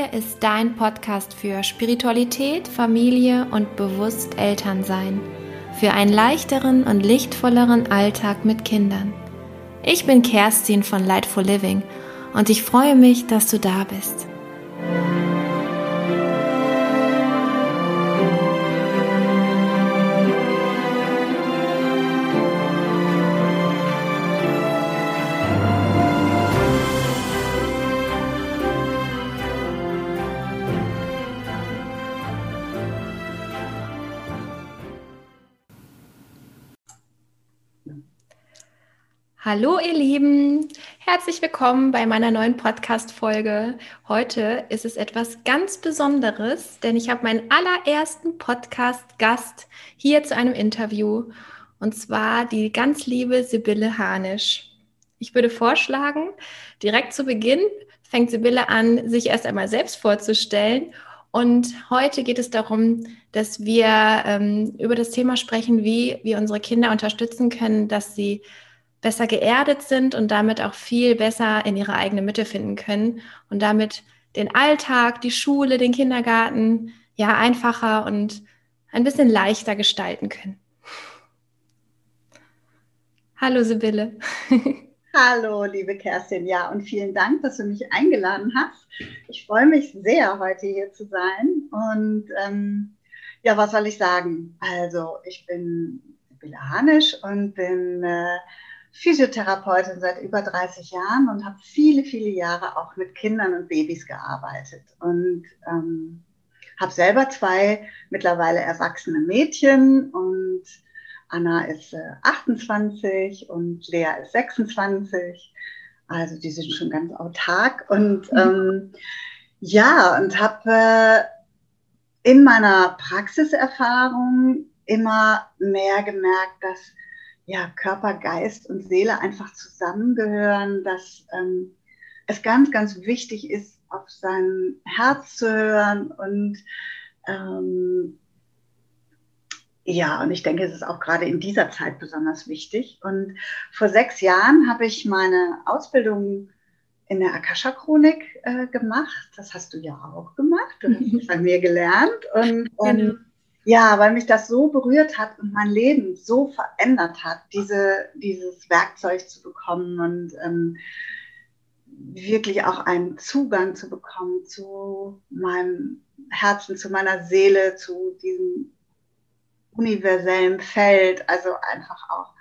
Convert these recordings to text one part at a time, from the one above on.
ist dein Podcast für Spiritualität, Familie und bewusst Elternsein. Für einen leichteren und lichtvolleren Alltag mit Kindern. Ich bin Kerstin von Lightful Living und ich freue mich, dass du da bist. Hallo ihr Lieben, herzlich willkommen bei meiner neuen Podcast-Folge. Heute ist es etwas ganz Besonderes, denn ich habe meinen allerersten Podcast-Gast hier zu einem Interview und zwar die ganz liebe Sibylle Harnisch. Ich würde vorschlagen, direkt zu Beginn fängt Sibylle an, sich erst einmal selbst vorzustellen und heute geht es darum, dass wir über das Thema sprechen, wie wir unsere Kinder unterstützen können, dass sie besser geerdet sind und damit auch viel besser in ihre eigene Mitte finden können und damit den Alltag, die Schule, den Kindergarten ja einfacher und ein bisschen leichter gestalten können. Hallo Sibylle. Hallo liebe Kerstin, ja, und vielen Dank, dass du mich eingeladen hast. Ich freue mich sehr, heute hier zu sein und ja, was soll ich sagen? Also ich bin Sibylle Harnisch und bin Physiotherapeutin seit über 30 Jahren und habe viele, viele Jahre auch mit Kindern und Babys gearbeitet und habe selber 2 mittlerweile erwachsene Mädchen und Anna ist 28 und Lea ist 26, also die sind schon ganz autark und ja, und habe in meiner Praxiserfahrung immer mehr gemerkt, dass ja, Körper, Geist und Seele einfach zusammengehören, dass es ganz, ganz wichtig ist, auf sein Herz zu hören und ja, und ich denke, es ist auch gerade in dieser Zeit besonders wichtig. Und vor 6 Jahren habe ich meine Ausbildung in der Akasha-Chronik gemacht. Das hast du ja auch gemacht, du hast es bei mir gelernt und Genau. ja, weil mich das so berührt hat und mein Leben so verändert hat, dieses Werkzeug zu bekommen und wirklich auch einen Zugang zu bekommen zu meinem Herzen, zu meiner Seele, zu diesem universellen Feld, also einfach auch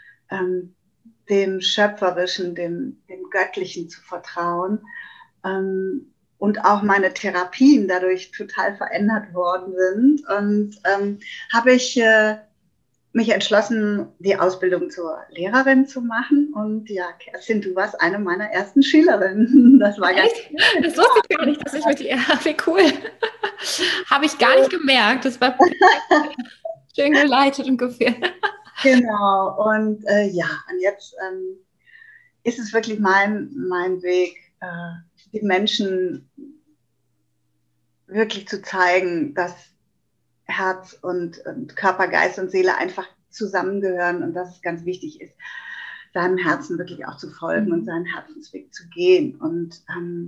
dem Schöpferischen, dem Göttlichen zu vertrauen. Und auch meine Therapien dadurch total verändert worden sind. Und habe ich mich entschlossen, die Ausbildung zur Lehrerin zu machen. Und ja, Kerstin, du warst eine meiner ersten Schülerinnen. Das war ganz cool. Das wusste ich gar nicht, dass ich mit dir, wie cool. Habe ich gar nicht gemerkt. Das war schön geleitet und geführt. Genau. Und ja, und jetzt ist es wirklich mein Weg, die Menschen wirklich zu zeigen, dass Herz und Körper, Geist und Seele einfach zusammengehören und dass es ganz wichtig ist, seinem Herzen wirklich auch zu folgen und seinen Herzensweg zu gehen. Und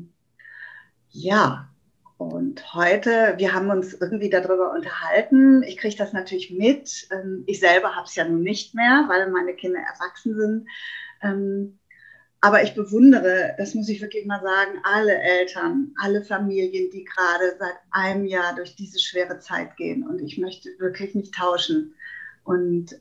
ja, und heute, wir haben uns irgendwie darüber unterhalten. Ich kriege das natürlich mit. Ich selber habe es ja nun nicht mehr, weil meine Kinder erwachsen sind. Aber ich bewundere, das muss ich wirklich mal sagen, alle Eltern, alle Familien, die gerade seit einem Jahr durch diese schwere Zeit gehen. Und ich möchte wirklich nicht tauschen. Und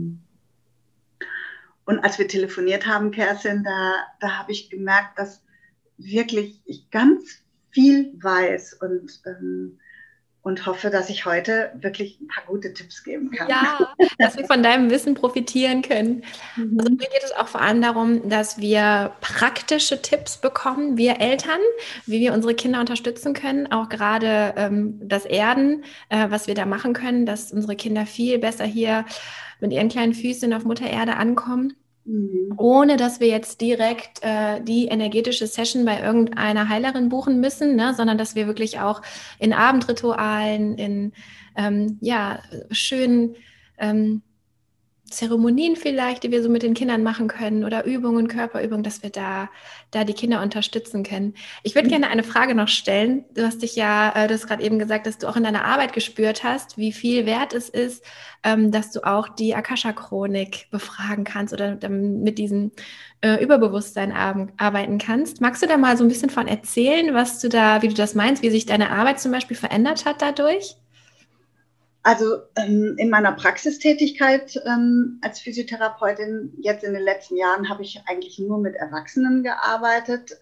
als wir telefoniert haben, Kerstin, da habe ich gemerkt, dass wirklich ich ganz viel weiß und hoffe, dass ich heute wirklich ein paar gute Tipps geben kann. Ja, dass wir von deinem Wissen profitieren können. Also mir geht es auch vor allem darum, dass wir praktische Tipps bekommen, wir Eltern, wie wir unsere Kinder unterstützen können, auch gerade das Erden, was wir da machen können, dass unsere Kinder viel besser hier mit ihren kleinen Füßen auf Mutter Erde ankommen. Ohne dass wir jetzt direkt die energetische Session bei irgendeiner Heilerin buchen müssen, ne, sondern dass wir wirklich auch in Abendritualen, in schönen Zeremonien vielleicht, die wir so mit den Kindern machen können oder Übungen, Körperübungen, dass wir da die Kinder unterstützen können. Ich würde gerne eine Frage noch stellen. Du hast du hast gerade eben gesagt, dass du auch in deiner Arbeit gespürt hast, wie viel wert es ist, dass du auch die Akasha-Chronik befragen kannst oder mit diesem Überbewusstsein arbeiten kannst. Magst du da mal so ein bisschen von erzählen, wie du das meinst, wie sich deine Arbeit zum Beispiel verändert hat dadurch? Also in meiner Praxistätigkeit als Physiotherapeutin jetzt in den letzten Jahren habe ich eigentlich nur mit Erwachsenen gearbeitet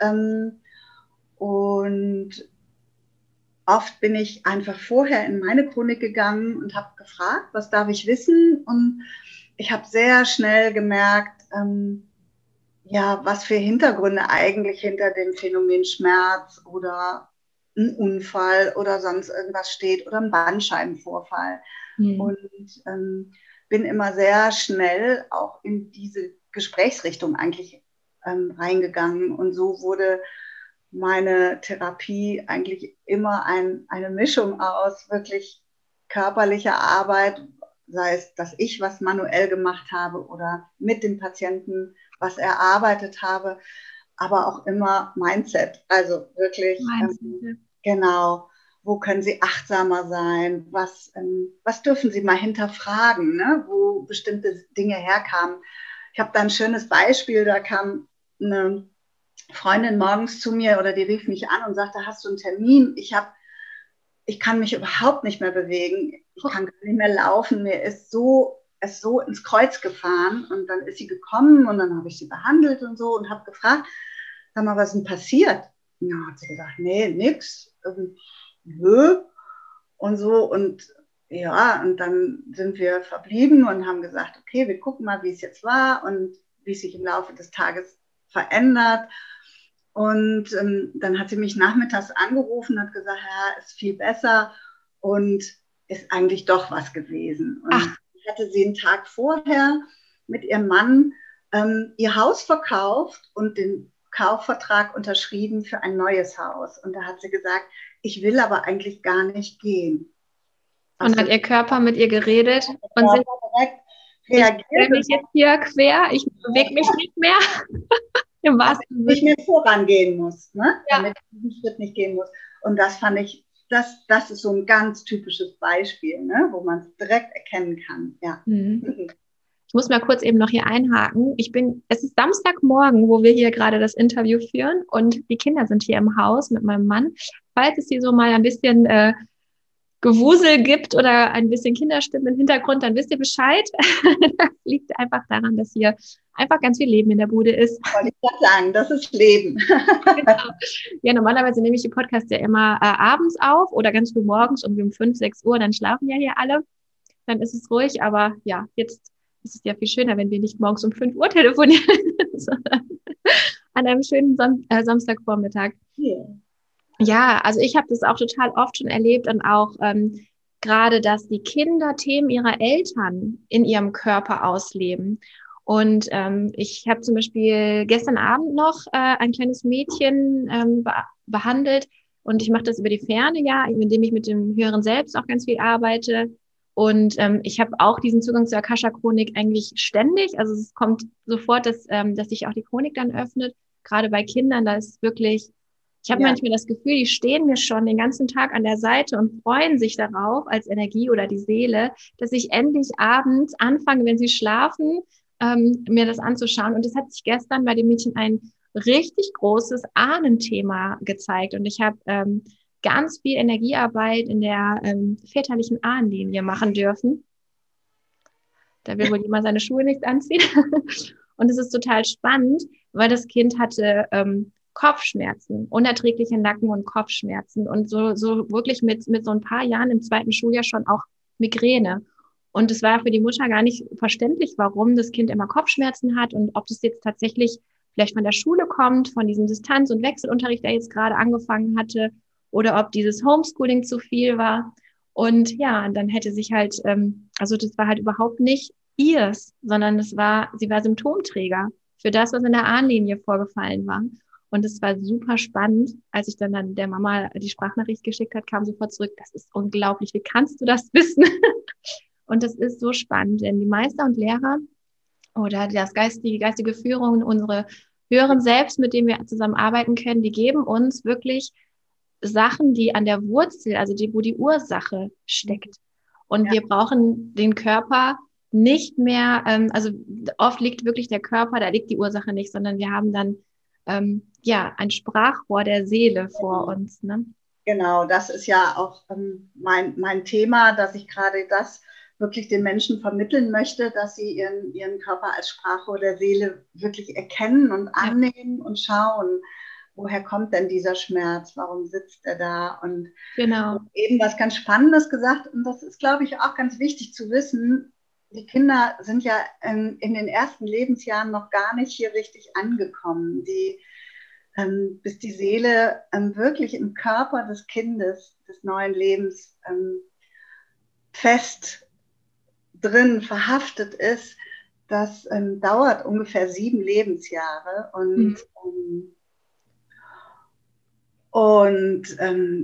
und oft bin ich einfach vorher in meine Chronik gegangen und habe gefragt, was darf ich wissen? Und ich habe sehr schnell gemerkt, was für Hintergründe eigentlich hinter dem Phänomen Schmerz oder ein Unfall oder sonst irgendwas steht oder ein Bandscheibenvorfall. Und bin immer sehr schnell auch in diese Gesprächsrichtung eigentlich reingegangen. Und so wurde meine Therapie eigentlich immer eine Mischung aus wirklich körperlicher Arbeit, sei es, dass ich was manuell gemacht habe oder mit dem Patienten was erarbeitet habe, aber auch immer Mindset. Also wirklich, genau, wo können Sie achtsamer sein? Was dürfen Sie mal hinterfragen, ne? Wo bestimmte Dinge herkamen? Ich habe da ein schönes Beispiel, da kam eine Freundin morgens zu mir oder die rief mich an und sagte, hast du einen Termin? Ich kann mich überhaupt nicht mehr bewegen. Ich kann gar nicht mehr laufen. Mir ist so ins Kreuz gefahren. Und dann ist sie gekommen und dann habe ich sie behandelt und so und habe gefragt, sag mal, was ist denn passiert? Ja, hat sie gesagt, nee, nix. Nö. Und so. Und ja, und dann sind wir verblieben und haben gesagt, okay, wir gucken mal, wie es jetzt war und wie es sich im Laufe des Tages verändert. Und dann hat sie mich nachmittags angerufen und hat gesagt, ja, ist viel besser und ist eigentlich doch was gewesen. Und hatte sie einen Tag vorher mit ihrem Mann ihr Haus verkauft und den Kaufvertrag unterschrieben für ein neues Haus. Und da hat sie gesagt, ich will aber eigentlich gar nicht gehen. Und hat ihr Körper mit ihr geredet und sie direkt reagiert. Ich mich jetzt hier quer, ich bewege mich nicht mehr. Im wahrsten Sinne. Nicht mehr vorangehen muss, ne? Ja. Damit ich diesen Schritt nicht gehen muss. Und das fand ich, das ist so ein ganz typisches Beispiel, ne? Wo man es direkt erkennen kann. Ja. Ich muss mal kurz eben noch hier einhaken. Es ist Samstagmorgen, wo wir hier gerade das Interview führen und die Kinder sind hier im Haus mit meinem Mann. Falls es hier so mal ein bisschen Gewusel gibt oder ein bisschen Kinderstimmen im Hintergrund, dann wisst ihr Bescheid. Das liegt einfach daran, dass hier einfach ganz viel Leben in der Bude ist. Wollte ich gerade sagen, das ist Leben. Genau. Ja, normalerweise nehme ich die Podcasts ja immer abends auf oder ganz früh morgens um 5, 6 Uhr, dann schlafen ja hier alle. Dann ist es ruhig, aber ja, jetzt ist es ja viel schöner, wenn wir nicht morgens um 5 Uhr telefonieren, sondern an einem schönen Samstagvormittag. Yeah. Ja, also ich habe das auch total oft schon erlebt und auch gerade, dass die Kinder Themen ihrer Eltern in ihrem Körper ausleben. Und ich habe zum Beispiel gestern Abend noch ein kleines Mädchen behandelt und ich mache das über die Ferne, ja, indem ich mit dem höheren Selbst auch ganz viel arbeite. Und ich habe auch diesen Zugang zur Akasha-Chronik eigentlich ständig. Also es kommt sofort, dass sich auch die Chronik dann öffnet. Gerade bei Kindern, da ist wirklich... Ich habe manchmal das Gefühl, die stehen mir schon den ganzen Tag an der Seite und freuen sich darauf als Energie oder die Seele, dass ich endlich abends anfange, wenn sie schlafen, mir das anzuschauen. Und das hat sich gestern bei dem Mädchen ein richtig großes Ahnenthema gezeigt. Und ich habe ganz viel Energiearbeit in der väterlichen Ahnenlinie machen dürfen. Da will wohl jemand seine Schuhe nicht anziehen. Und es ist total spannend, weil das Kind hatte... Kopfschmerzen, unerträgliche Nacken- und Kopfschmerzen und so wirklich mit so ein paar Jahren im 2. Schuljahr schon auch Migräne. Und es war für die Mutter gar nicht verständlich, warum das Kind immer Kopfschmerzen hat und ob das jetzt tatsächlich vielleicht von der Schule kommt, von diesem Distanz- und Wechselunterricht, der jetzt gerade angefangen hatte, oder ob dieses Homeschooling zu viel war. Und ja, dann hätte sich halt, also das war halt überhaupt nicht ihrs, sondern sie war Symptomträger für das, was in der Ahnenlinie vorgefallen war. Und es war super spannend, als ich dann der Mama die Sprachnachricht geschickt hat, kam sofort zurück, das ist unglaublich, wie kannst du das wissen? Und das ist so spannend, denn die Meister und Lehrer oder die geistige Führung, unsere höheren Selbst, mit denen wir zusammen arbeiten können, die geben uns wirklich Sachen, die an der Wurzel, also wo die Ursache steckt. Und wir brauchen den Körper nicht mehr, also oft liegt wirklich der Körper, da liegt die Ursache nicht, sondern wir haben dann ein Sprachrohr der Seele vor uns. Ne? Genau, das ist ja auch mein Thema, dass ich gerade das wirklich den Menschen vermitteln möchte, dass sie ihren Körper als Sprachrohr der Seele wirklich erkennen und annehmen und schauen, woher kommt denn dieser Schmerz, warum sitzt er da? Und genau. eben was ganz Spannendes gesagt, und das ist, glaube ich, auch ganz wichtig zu wissen, die Kinder sind ja in den ersten Lebensjahren noch gar nicht hier richtig angekommen. Bis die Seele wirklich im Körper des Kindes, des neuen Lebens fest drin verhaftet ist, das dauert ungefähr 7 Lebensjahre. Und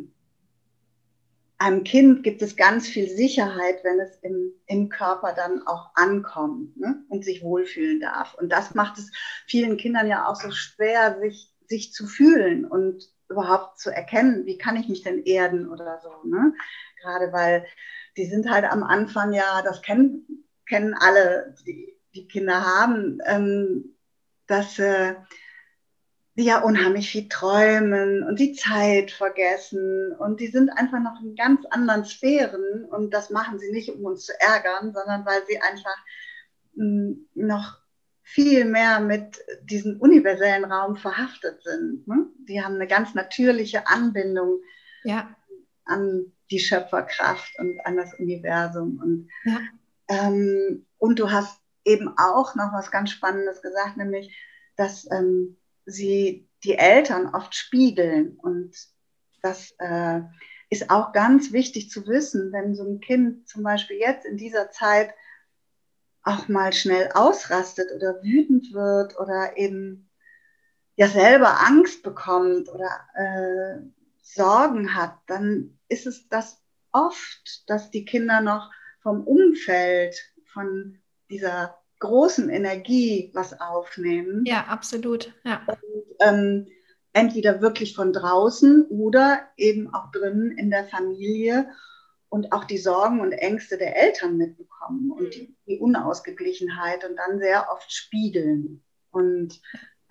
einem Kind gibt es ganz viel Sicherheit, wenn es im Körper dann auch ankommt, ne? Und sich wohlfühlen darf. Und das macht es vielen Kindern ja auch so schwer, sich zu fühlen und überhaupt zu erkennen, wie kann ich mich denn erden oder so. Ne? Gerade weil die sind halt am Anfang ja, das kennen alle, die Kinder haben, dass die ja unheimlich viel träumen und die Zeit vergessen und die sind einfach noch in ganz anderen Sphären und das machen sie nicht, um uns zu ärgern, sondern weil sie einfach noch viel mehr mit diesem universellen Raum verhaftet sind. Ne? Die haben eine ganz natürliche Anbindung an die Schöpferkraft und an das Universum. Und du hast eben auch noch was ganz Spannendes gesagt, nämlich, dass sie die Eltern oft spiegeln. Und das ist auch ganz wichtig zu wissen, wenn so ein Kind zum Beispiel jetzt in dieser Zeit auch mal schnell ausrastet oder wütend wird oder eben ja selber Angst bekommt oder Sorgen hat, dann ist es das oft, dass die Kinder noch vom Umfeld, von dieser großen Energie was aufnehmen. Ja, absolut. Ja. Und entweder wirklich von draußen oder eben auch drinnen in der Familie und auch die Sorgen und Ängste der Eltern mitbekommen und die Unausgeglichenheit und dann sehr oft spiegeln. Und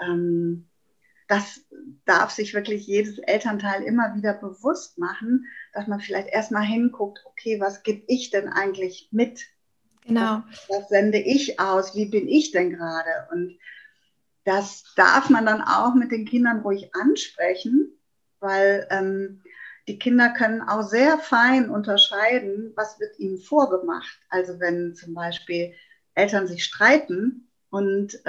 das darf sich wirklich jedes Elternteil immer wieder bewusst machen, dass man vielleicht erstmal hinguckt, okay, was gebe ich denn eigentlich mit? Genau. Was sende ich aus? Wie bin ich denn gerade? Und das darf man dann auch mit den Kindern ruhig ansprechen, weil die Kinder können auch sehr fein unterscheiden, was wird ihnen vorgemacht. Also wenn zum Beispiel Eltern sich streiten und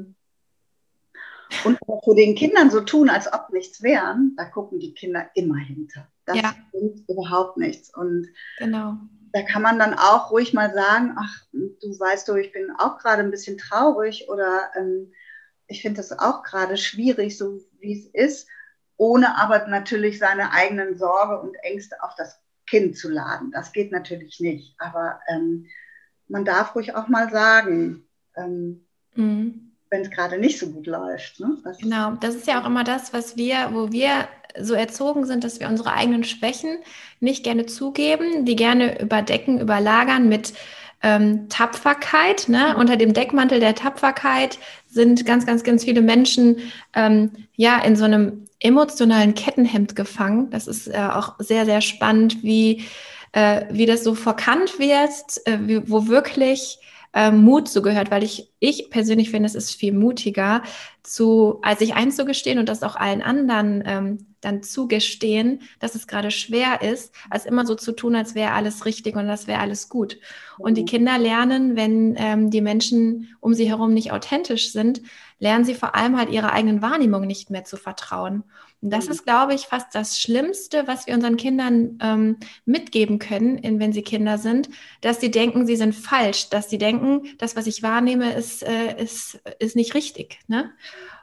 vor den Kindern so tun, als ob nichts wären, da gucken die Kinder immer hinter. Das bringt überhaupt nichts. Und da kann man dann auch ruhig mal sagen, ach, du weißt du, ich bin auch gerade ein bisschen traurig oder ich finde das auch gerade schwierig, so wie es ist, ohne aber natürlich seine eigenen Sorge und Ängste auf das Kind zu laden. Das geht natürlich nicht. Aber man darf ruhig auch mal sagen, wenn es gerade nicht so gut läuft. Ne? Das ist ja auch immer das, wo wir so erzogen sind, dass wir unsere eigenen Schwächen nicht gerne zugeben, die gerne überdecken, überlagern mit Tapferkeit. Ne? Unter dem Deckmantel der Tapferkeit sind ganz, ganz, ganz viele Menschen in so einem emotionalen Kettenhemd gefangen. Das ist auch sehr, sehr spannend, wie das so verkannt wird, wo wirklich Mut zugehört, weil ich persönlich finde, es ist viel mutiger, als sich einzugestehen und das auch allen anderen dann zugestehen, dass es gerade schwer ist, als immer so zu tun, als wäre alles richtig und das wäre alles gut. Und die Kinder lernen, wenn die Menschen um sie herum nicht authentisch sind, lernen sie vor allem halt ihrer eigenen Wahrnehmung nicht mehr zu vertrauen. Und das ist, glaube ich, fast das Schlimmste, was wir unseren Kindern mitgeben können, wenn sie Kinder sind, dass sie denken, sie sind falsch, dass sie denken, das, was ich wahrnehme, ist nicht richtig. Ne?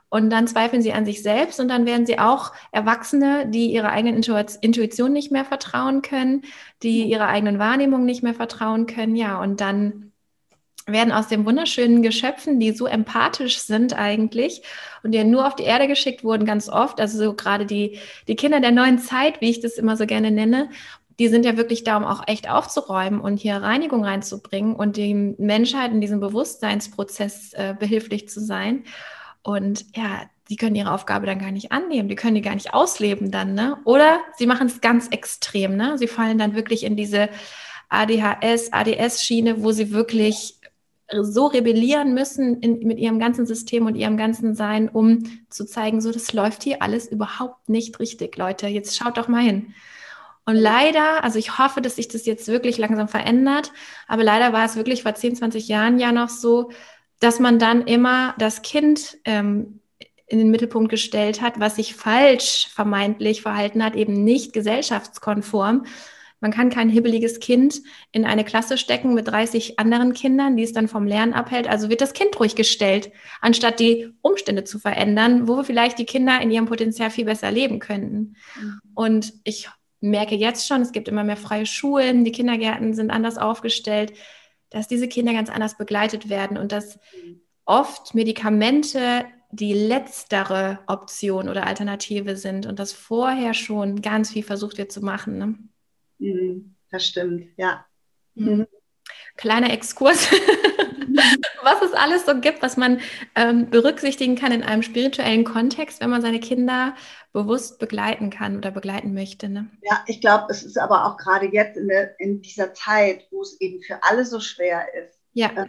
Und dann zweifeln sie an sich selbst und dann werden sie auch Erwachsene, die ihrer eigenen Intuition nicht mehr vertrauen können, die ihrer eigenen Wahrnehmung nicht mehr vertrauen können. Ja, und dann werden aus den wunderschönen Geschöpfen, die so empathisch sind eigentlich und die ja nur auf die Erde geschickt wurden, ganz oft, also so gerade die Kinder der neuen Zeit, wie ich das immer so gerne nenne, die sind ja wirklich da, um auch echt aufzuräumen und hier Reinigung reinzubringen und die Menschheit in diesem Bewusstseinsprozess behilflich zu sein. Und ja, die können ihre Aufgabe dann gar nicht annehmen, die können die gar nicht ausleben dann, ne? Oder sie machen es ganz extrem, ne? Sie fallen dann wirklich in diese ADHS, ADS-Schiene, wo sie wirklich so rebellieren müssen mit ihrem ganzen System und ihrem ganzen Sein, um zu zeigen, so, das läuft hier alles überhaupt nicht richtig, Leute. Jetzt schaut doch mal hin. Und leider, also ich hoffe, dass sich das jetzt wirklich langsam verändert, aber leider war es wirklich vor 10, 20 Jahren ja noch so, dass man dann immer das Kind in den Mittelpunkt gestellt hat, was sich falsch vermeintlich verhalten hat, eben nicht gesellschaftskonform. Man kann kein hibbeliges Kind in eine Klasse stecken mit 30 anderen Kindern, die es dann vom Lernen abhält. Also wird das Kind ruhig gestellt, anstatt die Umstände zu verändern, wo vielleicht die Kinder in ihrem Potenzial viel besser leben könnten. Und ich merke jetzt schon, es gibt immer mehr freie Schulen, die Kindergärten sind anders aufgestellt, dass diese Kinder ganz anders begleitet werden und dass oft Medikamente die letztere Option oder Alternative sind und dass vorher schon ganz viel versucht wird zu machen. Ne? Das stimmt, ja. Kleiner Exkurs, was es alles so gibt, was man berücksichtigen kann in einem spirituellen Kontext, wenn man seine Kinder bewusst begleiten kann oder begleiten möchte. Ne? Ja, ich glaube, es ist aber auch gerade jetzt in dieser Zeit, wo es eben für alle so schwer ist, ja.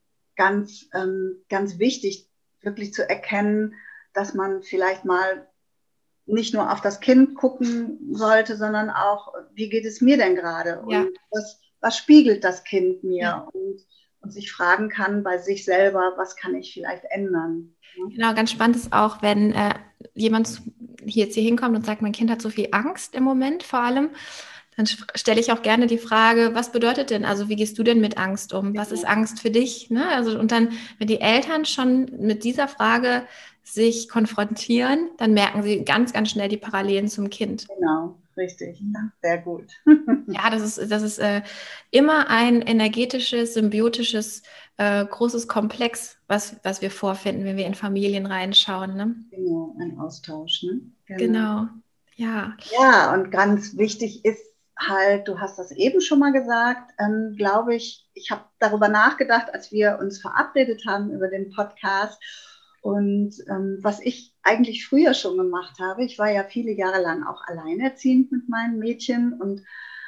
Ganz wichtig, wirklich zu erkennen, dass man vielleicht mal nicht nur auf das Kind gucken sollte, sondern auch, wie geht es mir denn gerade? Ja. Und was spiegelt das Kind mir? Ja. Und sich fragen kann bei sich selber, was kann ich vielleicht ändern? Genau, ganz spannend ist auch, wenn jemand jetzt hier hinkommt und sagt, mein Kind hat so viel Angst im Moment vor allem, dann stelle ich auch gerne die Frage, was bedeutet denn, also wie gehst du denn mit Angst um? Was ist Angst für dich? Ne? Also, und dann, wenn die Eltern schon mit dieser Frage sich konfrontieren, dann merken sie ganz, ganz schnell die Parallelen zum Kind. Genau, richtig. Sehr gut. Ja, das ist immer ein energetisches, symbiotisches, großes Komplex, was wir vorfinden, wenn wir in Familien reinschauen. Ne? Genau, ein Austausch. Ne? Genau, ja. Ja, und ganz wichtig ist halt, du hast das eben schon mal gesagt, glaube ich, ich habe darüber nachgedacht, als wir uns verabredet haben über den Podcast. Und was ich eigentlich früher schon gemacht habe, ich war ja viele Jahre lang auch alleinerziehend mit meinen Mädchen und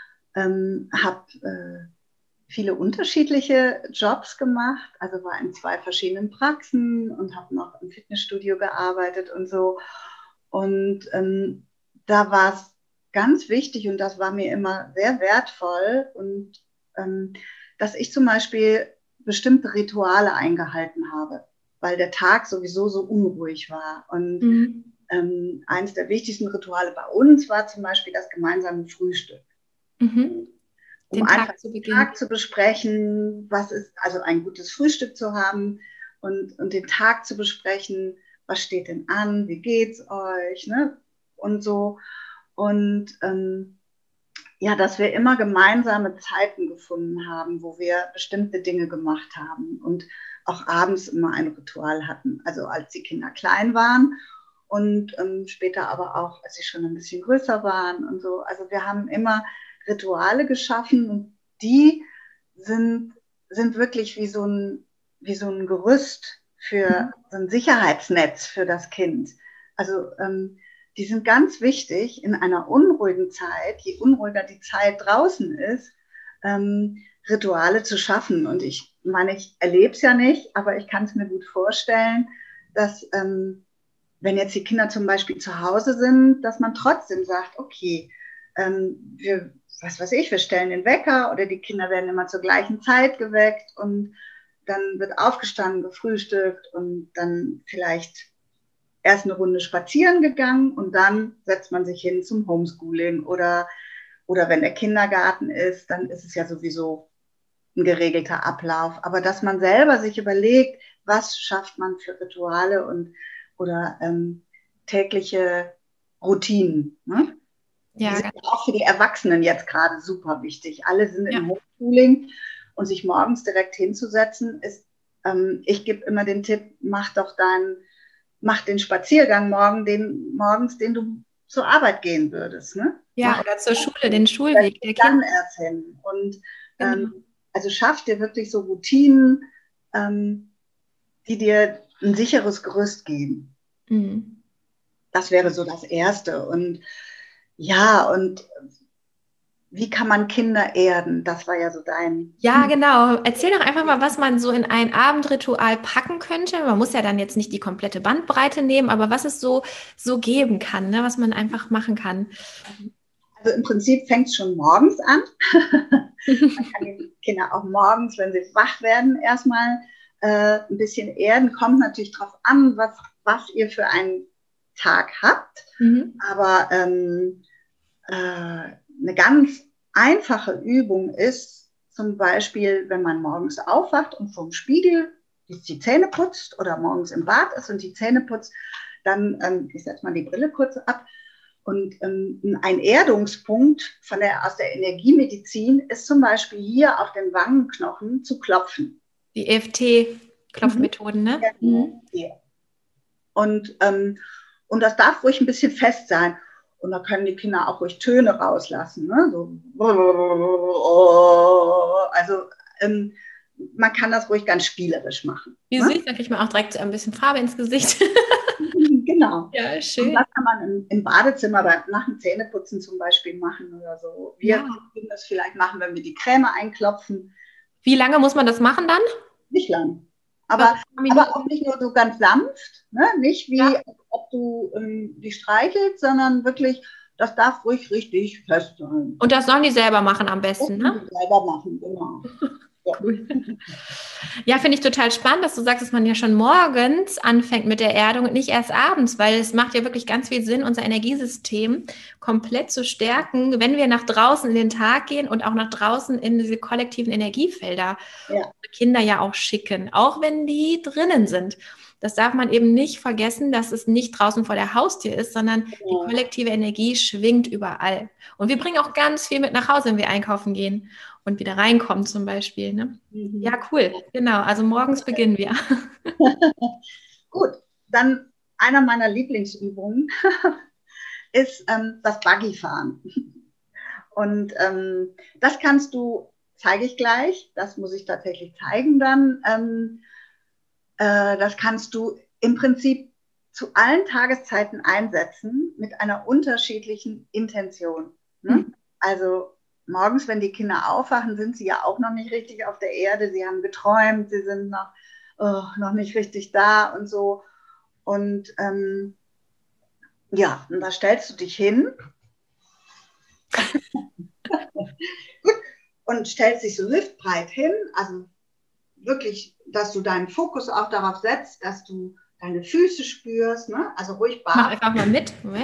habe viele unterschiedliche Jobs gemacht, also war in 2 verschiedenen Praxen und habe noch im Fitnessstudio gearbeitet und so. Und da war es ganz wichtig und das war mir immer sehr wertvoll und dass ich zum Beispiel bestimmte Rituale eingehalten habe, weil der Tag sowieso so unruhig war. Und eines der wichtigsten Rituale bei uns war zum Beispiel das gemeinsame Frühstück. Um einfach den Tag zu besprechen, was ist, also ein gutes Frühstück zu haben und den Tag zu besprechen, was steht denn an, wie geht's euch, ne? Und so. Und ja, dass wir immer gemeinsame Zeiten gefunden haben, wo wir bestimmte Dinge gemacht haben und auch abends immer ein Ritual hatten. Also als die Kinder klein waren und später aber auch, als sie schon ein bisschen größer waren und so. Also wir haben immer Rituale geschaffen und die sind wirklich wie so ein Gerüst für so ein Sicherheitsnetz für das Kind. Also die sind ganz wichtig in einer unruhigen Zeit, je unruhiger die Zeit draußen ist, Rituale zu schaffen. Und ich meine, ich erlebe es ja nicht, aber ich kann es mir gut vorstellen, dass wenn jetzt die Kinder zum Beispiel zu Hause sind, dass man trotzdem sagt, okay, was weiß ich, wir stellen den Wecker oder die Kinder werden immer zur gleichen Zeit geweckt und dann wird aufgestanden, gefrühstückt und dann vielleicht erst eine Runde spazieren gegangen und dann setzt man sich hin zum Homeschooling oder wenn der Kindergarten ist, dann ist es ja sowieso ein geregelter Ablauf. Aber dass man selber sich überlegt, was schafft man für Rituale und oder tägliche Routinen. Ne? Die Ja, sind auch für die Erwachsenen jetzt gerade super wichtig. Alle sind im Homeschooling und sich morgens direkt hinzusetzen ist, ich gebe immer den Tipp, mach den Spaziergang morgens, den du zur Arbeit gehen würdest. Ne? ja, oder zur Schule, den Schulweg der Kinder. Dann erst hin. Und also schaff dir wirklich so Routinen, die dir ein sicheres Gerüst geben. Mhm. Das wäre so das Erste. Und ja, und wie kann man Kinder erden? Das war ja so dein... Ja, genau. Erzähl doch einfach mal, was man so in ein Abendritual packen könnte. Man muss ja dann jetzt nicht die komplette Bandbreite nehmen, aber was es so geben kann, ne? Was man einfach machen kann. Also im Prinzip fängt es schon morgens an. Man kann die Kinder auch morgens, wenn sie wach werden, erstmal ein bisschen erden. Kommt natürlich drauf an, was ihr für einen Tag habt. Aber eine ganz einfache Übung ist zum Beispiel, wenn man morgens aufwacht und vorm Spiegel die Zähne putzt oder morgens im Bad ist und die Zähne putzt, dann, ich setze mal die Brille kurz ab, und ein Erdungspunkt aus der Energiemedizin ist zum Beispiel hier auf den Wangenknochen zu klopfen. Die EFT-Klopfmethoden, ne? Ja. Und das darf ruhig ein bisschen fest sein. Und da können die Kinder auch ruhig Töne rauslassen. Ne? So. Also man kann das ruhig ganz spielerisch machen. Wie süß, da kriegt man auch direkt ein bisschen Farbe ins Gesicht. Genau. Ja, schön. Und das kann man im Badezimmer nach dem Zähneputzen zum Beispiel machen oder so. Wir können das vielleicht machen, wenn wir die Creme einklopfen. Wie lange muss man das machen dann? Nicht lang. Aber auch nicht nur so ganz sanft, ne? Nicht wie, ob du die streichelst, sondern wirklich, das darf ruhig richtig fest sein. Und das sollen die selber machen am besten, ne? Selber machen, genau. Ja. Cool. Ja, finde ich total spannend, dass du sagst, dass man ja schon morgens anfängt mit der Erdung und nicht erst abends, weil es macht ja wirklich ganz viel Sinn, unser Energiesystem komplett zu stärken, wenn wir nach draußen in den Tag gehen und auch nach draußen in diese kollektiven Energiefelder Kinder ja auch schicken, auch wenn die drinnen sind. Das darf man eben nicht vergessen, dass es nicht draußen vor der Haustür ist, sondern die kollektive Energie schwingt überall. Und wir bringen auch ganz viel mit nach Hause, wenn wir einkaufen gehen und wieder reinkommen zum Beispiel. Ne? Ja, cool. Genau, also morgens beginnen wir. Gut, dann einer meiner Lieblingsübungen ist das Buggyfahren. Und das kannst du, zeige ich gleich, das muss ich tatsächlich zeigen dann, das kannst du im Prinzip zu allen Tageszeiten einsetzen mit einer unterschiedlichen Intention. Ne? Also morgens, wenn die Kinder aufwachen, sind sie ja auch noch nicht richtig auf der Erde. Sie haben geträumt, sie sind noch nicht richtig da und so. Und und da stellst du dich hin und stellst dich so hüftbreit hin, also wirklich, dass du deinen Fokus auch darauf setzt, dass du deine Füße spürst, ne? Also ruhig Mach einfach mal mit. Moment.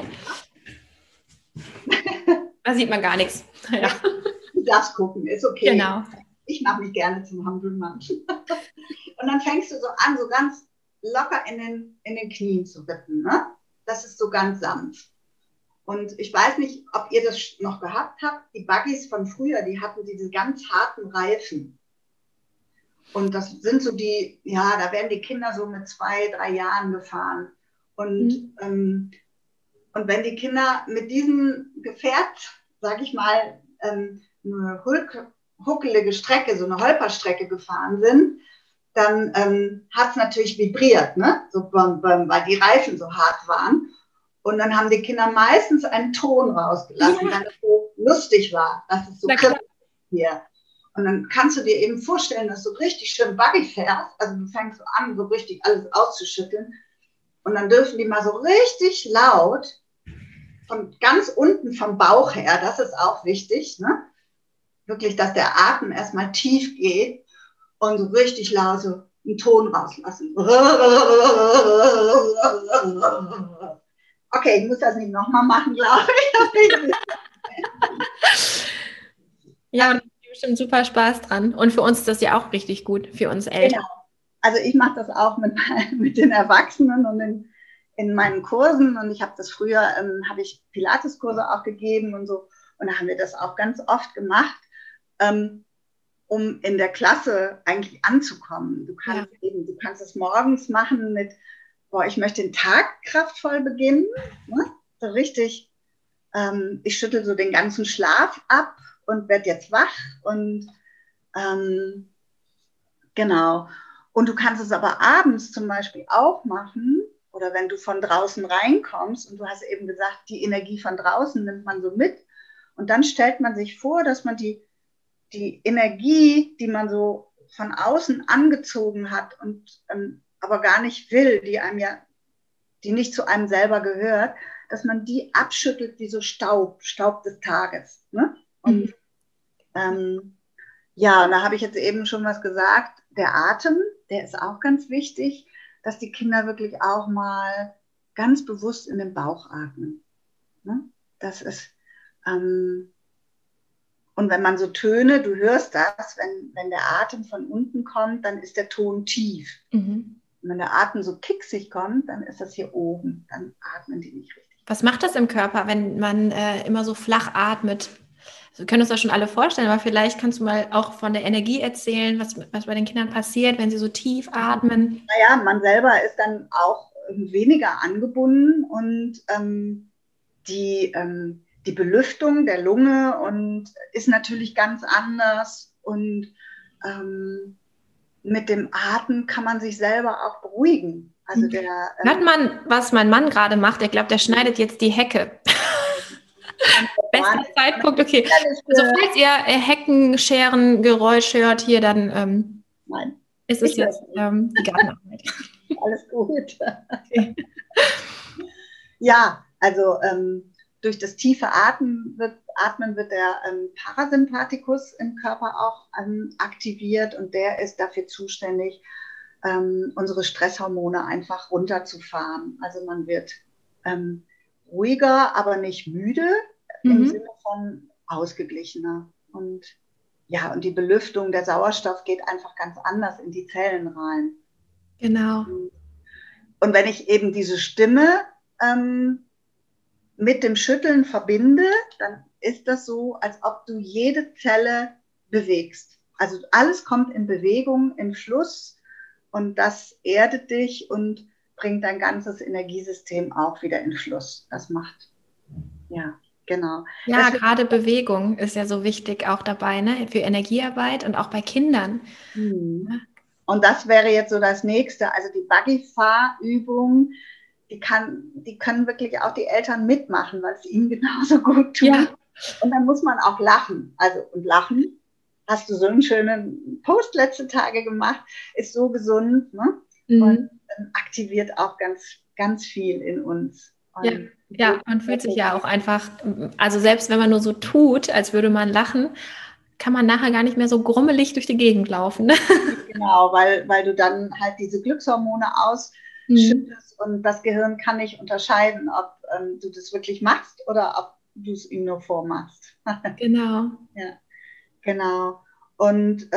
Da sieht man gar nichts. Ja. Du darfst gucken, ist okay. Genau. Ich mache mich gerne zum Hampelmann. Und dann fängst du so an, so ganz locker in den Knien zu wippen. Ne? Das ist so ganz sanft. Und ich weiß nicht, ob ihr das noch gehabt habt. Die Buggys von früher, die hatten diese ganz harten Reifen. Und das sind so die, da werden die Kinder so mit 2, 3 Jahren gefahren. Und wenn die Kinder mit diesem Gefährt, sag ich mal, eine huckelige Strecke, so eine Holperstrecke gefahren sind, dann hat es natürlich vibriert, ne? So, weil die Reifen so hart waren. Und dann haben die Kinder meistens einen Ton rausgelassen, weil es so lustig war, dass es so kribbelt hier. Und dann kannst du dir eben vorstellen, dass du richtig schön Buggy fährst. Also du fängst so an, so richtig alles auszuschütteln. Und dann dürfen die mal so richtig laut, von ganz unten vom Bauch her, das ist auch wichtig, ne? Wirklich, dass der Atem erstmal tief geht und so richtig laut so einen Ton rauslassen. Okay, ich muss das nicht nochmal machen, glaube ich. Ja, und bestimmt super Spaß dran. Und für uns ist das ja auch richtig gut, für uns Eltern. Genau. Also ich mache das auch mit den Erwachsenen und den in meinen Kursen, und ich habe das früher, habe ich Pilates-Kurse auch gegeben und so, und da haben wir das auch ganz oft gemacht, um in der Klasse eigentlich anzukommen. Du kannst es morgens machen mit, ich möchte den Tag kraftvoll beginnen, ne? So richtig, ich schüttel so den ganzen Schlaf ab und werde jetzt wach und genau. Und du kannst es aber abends zum Beispiel auch machen, oder wenn du von draußen reinkommst und du hast eben gesagt, die Energie von draußen nimmt man so mit, und dann stellt man sich vor, dass man die Energie, die man so von außen angezogen hat und aber gar nicht will, die nicht zu einem selber gehört, dass man die abschüttelt wie so Staub des Tages. Ne? Und ja, und da habe ich jetzt eben schon was gesagt, der Atem, der ist auch ganz wichtig, dass die Kinder wirklich auch mal ganz bewusst in den Bauch atmen. Ne? Das ist, und wenn man so Töne, du hörst das, wenn der Atem von unten kommt, dann ist der Ton tief. Und wenn der Atem so kicksig kommt, dann ist das hier oben, dann atmen die nicht richtig. Was macht das im Körper, wenn man immer so flach atmet? Wir können uns das schon alle vorstellen, aber vielleicht kannst du mal auch von der Energie erzählen, was bei den Kindern passiert, wenn sie so tief atmen. Naja, man selber ist dann auch weniger angebunden, und die Belüftung der Lunge und ist natürlich ganz anders, und mit dem Atem kann man sich selber auch beruhigen. Also hört man, was mein Mann gerade macht? Er glaubt, der schneidet jetzt die Hecke. Bester Zeitpunkt, okay. Also falls ihr Heckenscheren-Geräusch hört hier, dann ist es jetzt die Gartenarbeit. Alles gut. Okay. Ja, also durch das tiefe Atmen wird der Parasympathikus im Körper auch aktiviert, und der ist dafür zuständig, unsere Stresshormone einfach runterzufahren. Also man wird ruhiger, aber nicht müde, im Sinne von ausgeglichener. Und ja, und die Belüftung, der Sauerstoff geht einfach ganz anders in die Zellen rein. Genau. Und wenn ich eben diese Stimme mit dem Schütteln verbinde, dann ist das so, als ob du jede Zelle bewegst. Also alles kommt in Bewegung, in Fluss, und das erdet dich und bringt dein ganzes Energiesystem auch wieder in Fluss. Das macht, ja, genau. Ja, gerade Bewegung ist ja so wichtig auch dabei, ne? Für Energiearbeit und auch bei Kindern. Ja. Und das wäre jetzt so das Nächste, also die Buggy-Fahrübung, die können wirklich auch die Eltern mitmachen, weil es ihnen genauso gut tut. Ja. Und dann muss man auch lachen. Und lachen, hast du so einen schönen Post letzte Tage gemacht, ist so gesund, ne? Und aktiviert auch ganz, ganz viel in uns. Ja, man fühlt sich ja auch einfach, also selbst wenn man nur so tut, als würde man lachen, kann man nachher gar nicht mehr so grummelig durch die Gegend laufen. Ne? Genau, weil du dann halt diese Glückshormone ausschüttest, und das Gehirn kann nicht unterscheiden, ob du das wirklich machst oder ob du es ihm nur vormachst. Genau. Ja, genau. Und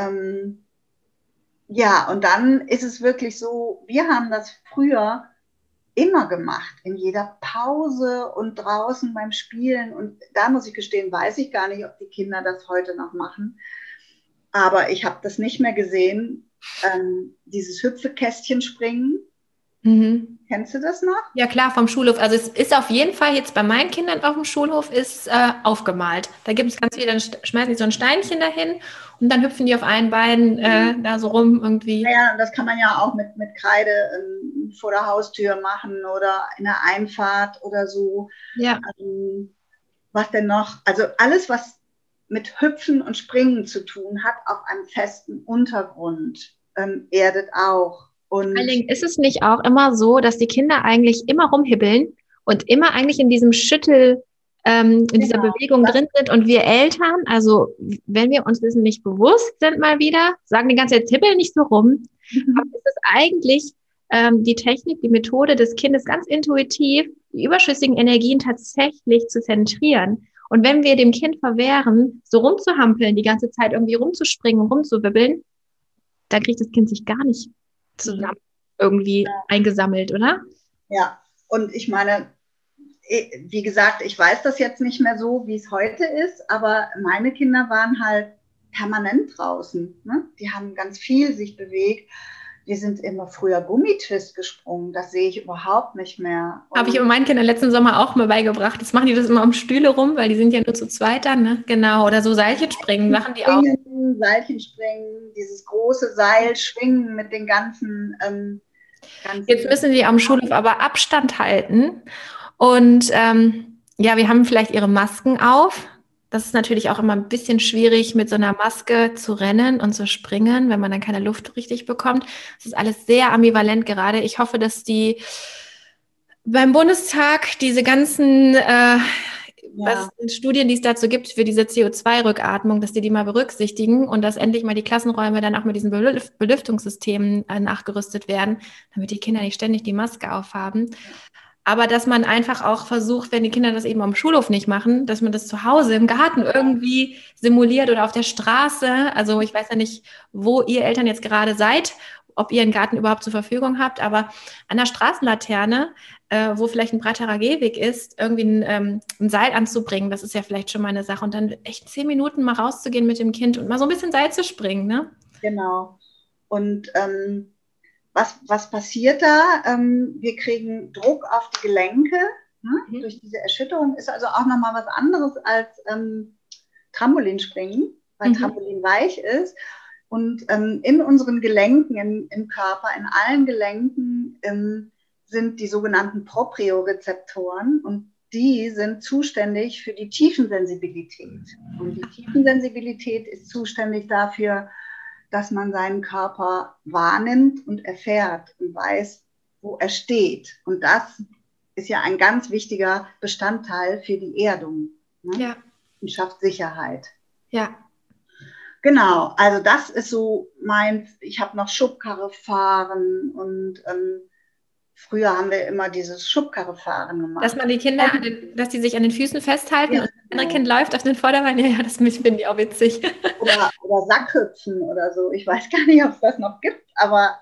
ja, und dann ist es wirklich so, wir haben das früher immer gemacht, in jeder Pause und draußen beim Spielen. Und da muss ich gestehen, weiß ich gar nicht, ob die Kinder das heute noch machen. Aber ich habe das nicht mehr gesehen, dieses Hüpfekästchen springen. Kennst du das noch? Ja klar, vom Schulhof. Also es ist auf jeden Fall jetzt bei meinen Kindern auf dem Schulhof ist aufgemalt. Da gibt es ganz viele, dann schmeißen die so ein Steinchen dahin und dann hüpfen die auf einen Beinen da so rum irgendwie. Ja, das kann man ja auch mit Kreide vor der Haustür machen oder in der Einfahrt oder so. Ja. Was denn noch? Also alles, was mit Hüpfen und Springen zu tun hat, auf einem festen Untergrund, erdet auch. Und vor allen Dingen ist es nicht auch immer so, dass die Kinder eigentlich immer rumhibbeln und immer eigentlich in diesem dieser Bewegung drin sind, und wir Eltern, also wenn wir uns dessen nicht bewusst sind mal wieder, sagen die ganze Zeit, hibbel nicht so rum, aber es ist eigentlich die Technik, die Methode des Kindes ganz intuitiv, die überschüssigen Energien tatsächlich zu zentrieren. Und wenn wir dem Kind verwehren, so rumzuhampeln, die ganze Zeit irgendwie rumzuspringen und rumzuwibbeln, dann kriegt das Kind sich gar nicht zusammen irgendwie eingesammelt, oder? Ja, Und ich meine, wie gesagt, ich weiß das jetzt nicht mehr so, wie es heute ist, aber meine Kinder waren halt permanent draußen. Ne? Die haben ganz viel sich bewegt. Wir sind immer früher Gummitwist gesprungen. Das sehe ich überhaupt nicht mehr. Habe ich meinen Kindern letzten Sommer auch mal beigebracht. Jetzt machen die das immer um Stühle rum, weil die sind ja nur zu zweit dann, ne? Genau. Oder so Seilchenspringen machen die auch. Seilchenspringen, dieses große Seil schwingen mit den ganzen. Jetzt müssen sie am Schulhof aber Abstand halten. Und ja, wir haben vielleicht ihre Masken auf. Das ist natürlich auch immer ein bisschen schwierig, mit so einer Maske zu rennen und zu springen, wenn man dann keine Luft richtig bekommt. Das ist alles sehr ambivalent gerade. Ich hoffe, dass die beim Bundestag diese ganzen Studien, die es dazu gibt für diese CO2-Rückatmung, dass die mal berücksichtigen und dass endlich mal die Klassenräume dann auch mit diesen Belüftungssystemen nachgerüstet werden, damit die Kinder nicht ständig die Maske aufhaben. Aber dass man einfach auch versucht, wenn die Kinder das eben am Schulhof nicht machen, dass man das zu Hause im Garten irgendwie simuliert oder auf der Straße. Also ich weiß ja nicht, wo ihr Eltern jetzt gerade seid, ob ihr einen Garten überhaupt zur Verfügung habt, aber an der Straßenlaterne, wo vielleicht ein breiterer Gehweg ist, irgendwie ein Seil anzubringen, das ist ja vielleicht schon mal eine Sache. Und dann echt 10 Minuten mal rauszugehen mit dem Kind und mal so ein bisschen Seil zu springen, ne? Genau. Und was passiert da? Wir kriegen Druck auf die Gelenke. Ne? Durch diese Erschütterung ist also auch nochmal was anderes als Trampolinspringen, weil Trampolin weich ist. Und in unseren Gelenken, im Körper, in allen Gelenken sind die sogenannten Propriorezeptoren und die sind zuständig für die Tiefensensibilität. Und die Tiefensensibilität ist zuständig dafür, dass man seinen Körper wahrnimmt und erfährt und weiß, wo er steht. Und das ist ja ein ganz wichtiger Bestandteil für die Erdung. Ne? Ja. Und schafft Sicherheit. Ja. Genau, also das ist so meins. Ich habe noch Schubkarre fahren und früher haben wir immer dieses Schubkarre fahren gemacht. Dass man die Kinder, dass die sich an den Füßen festhalten und das andere Kind läuft auf den Vorderbeinen. Ja, das finden die auch witzig. Oder Sackhüpfen oder so. Ich weiß gar nicht, ob es das noch gibt, aber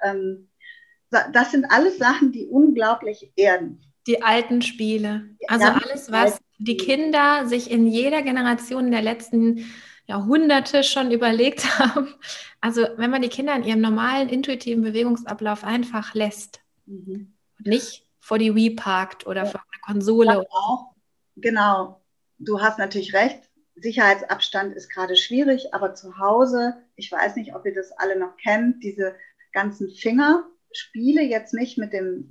das sind alles Sachen, die unglaublich erden. Die alten Spiele. Also alles, was die Kinder sich in jeder Generation der letzten Jahrhunderte schon überlegt haben. Also wenn man die Kinder in ihrem normalen, intuitiven Bewegungsablauf einfach lässt und nicht vor die Wii parkt oder vor eine Konsole. Auch. Genau, du hast natürlich recht. Sicherheitsabstand ist gerade schwierig, aber zu Hause, ich weiß nicht, ob ihr das alle noch kennt, diese ganzen Fingerspiele, jetzt nicht mit dem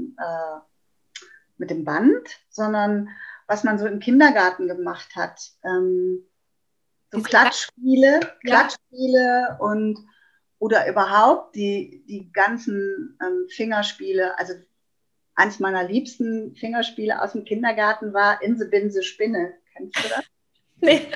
Band, sondern was man so im Kindergarten gemacht hat. So Klatschspiele und oder überhaupt die ganzen Fingerspiele. Also eins meiner liebsten Fingerspiele aus dem Kindergarten war Inse Binse Spinne. Kennst du das? Nee.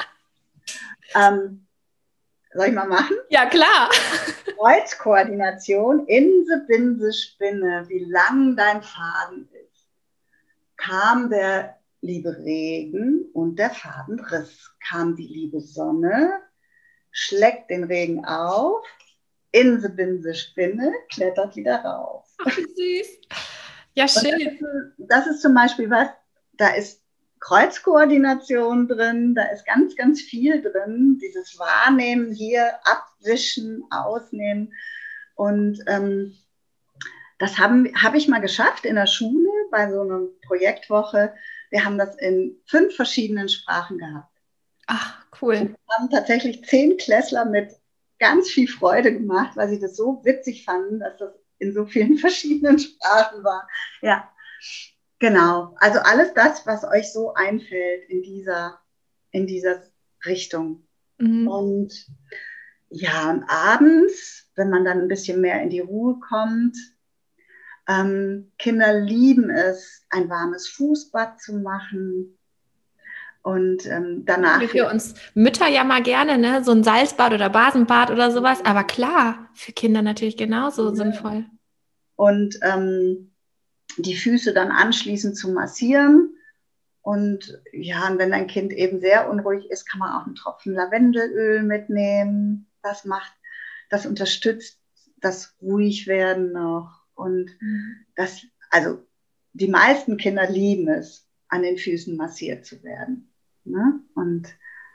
Soll ich mal machen? Ja, klar. Kreuzkoordination, Inse Binse Spinne, wie lang dein Faden ist. Kam der liebe Regen und der Faden riss. Kam die liebe Sonne, schlägt den Regen auf, Inse Binse Spinne, klettert wieder rauf. Ach, wie süß. Ja, schön. Das ist zum Beispiel was, da ist Kreuzkoordination drin, da ist ganz, ganz viel drin, dieses Wahrnehmen hier, abwischen, ausnehmen. Und das hab ich mal geschafft in der Schule bei so einer Projektwoche. Wir haben das in 5 verschiedenen Sprachen gehabt. Ach, cool. Und wir haben tatsächlich 10 Klässler mit ganz viel Freude gemacht, weil sie das so witzig fanden, dass das in so vielen verschiedenen Sprachen war. Ja, genau. Also alles das, was euch so einfällt in dieser Richtung. Und ja, und abends, wenn man dann ein bisschen mehr in die Ruhe kommt, Kinder lieben es, ein warmes Fußbad zu machen. Und danach. Für uns Mütter ja mal gerne, ne? So ein Salzbad oder Basenbad oder sowas. Aber klar, für Kinder natürlich genauso sinnvoll. Und die Füße dann anschließend zu massieren. Und ja, und wenn dein Kind eben sehr unruhig ist, kann man auch einen Tropfen Lavendelöl mitnehmen. Das unterstützt das Ruhigwerden noch. Und das, also die meisten Kinder lieben es, an den Füßen massiert zu werden. Ne? Und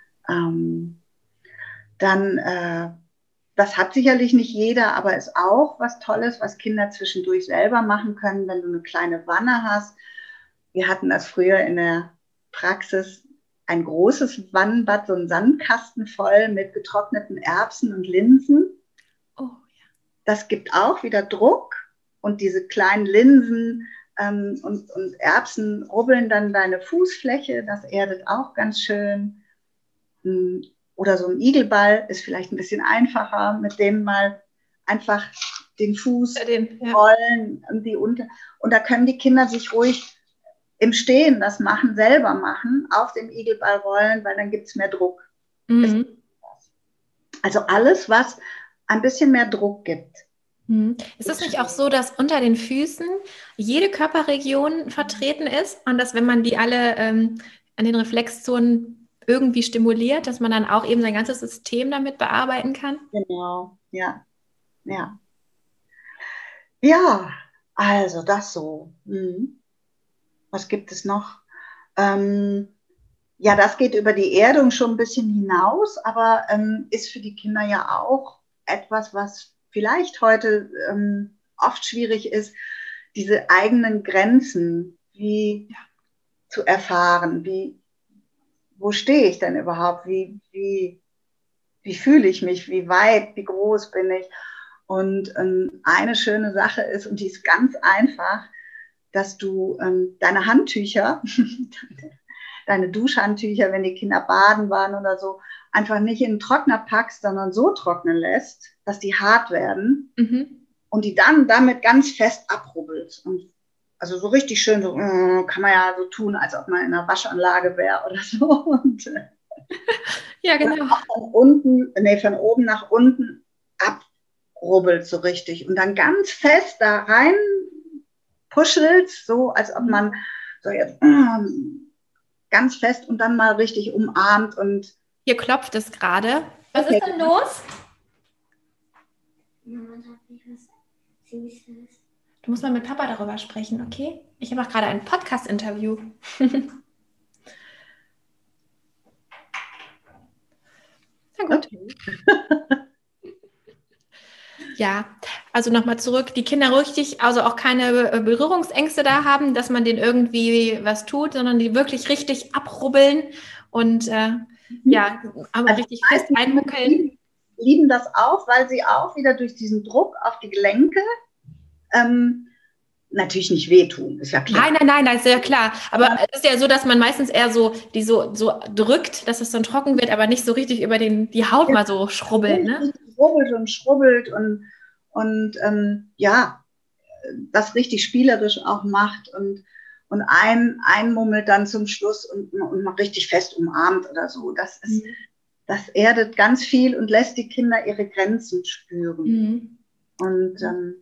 dann, das hat sicherlich nicht jeder, aber ist auch was Tolles, was Kinder zwischendurch selber machen können, wenn du eine kleine Wanne hast. Wir hatten das früher in der Praxis, ein großes Wannenbad, so ein Sandkasten voll mit getrockneten Erbsen und Linsen. Oh, ja. Das gibt auch wieder Druck und diese kleinen Linsen und Erbsen rubbeln dann deine Fußfläche. Das erdet auch ganz schön. Oder so ein Igelball ist vielleicht ein bisschen einfacher, mit dem mal einfach den Fuß rollen und da können die Kinder sich ruhig im Stehen das machen, selber machen, auf dem Igelball rollen, weil dann gibt es mehr Druck. Mhm. Also alles, was ein bisschen mehr Druck gibt. Ist es nicht auch so, dass unter den Füßen jede Körperregion vertreten ist und dass, wenn man die alle an den Reflexzonen irgendwie stimuliert, dass man dann auch eben sein ganzes System damit bearbeiten kann? Genau, ja. Ja. Ja, also das so. Was gibt es noch? Ja, das geht über die Erdung schon ein bisschen hinaus, aber ist für die Kinder ja auch etwas, was vielleicht heute oft schwierig ist, diese eigenen Grenzen zu erfahren. Wo stehe ich denn überhaupt? Wie fühle ich mich? Wie weit, wie groß bin ich? Und eine schöne Sache ist, und die ist ganz einfach, dass du deine Handtücher, deine Duschhandtücher, wenn die Kinder baden waren oder so, einfach nicht in den Trockner packst, sondern so trocknen lässt, dass die hart werden und die dann damit ganz fest abrubbelst. Und also so richtig schön, so kann man ja so tun, als ob man in einer Waschanlage wäre oder so. Und ja, genau. Von oben nach unten abrubbelt so richtig und dann ganz fest da rein puschelt, so als ob man so jetzt ganz fest und dann mal richtig umarmt. Und hier klopft es gerade. Was ist denn los? Du musst mal mit Papa darüber sprechen, okay? Ich mache gerade ein Podcast-Interview. Na gut. Okay. Ja, also nochmal zurück, die Kinder richtig, also auch keine Berührungsängste da haben, dass man denen irgendwie was tut, sondern die wirklich richtig abrubbeln und ja, aber also richtig fest einmuckeln. Lieben das auch, weil sie auch wieder durch diesen Druck auf die Gelenke natürlich nicht wehtun, ist ja klar. Nein, ist ja klar. Aber es ist ja so, dass man meistens eher so die so drückt, dass es dann trocken wird, aber nicht so richtig über die Haut mal so schrubbelt. Ne? Schrubbelt und ja, das richtig spielerisch auch macht und einmummelt dann zum Schluss und mal richtig fest umarmt oder so. Das erdet ganz viel und lässt die Kinder ihre Grenzen spüren. Und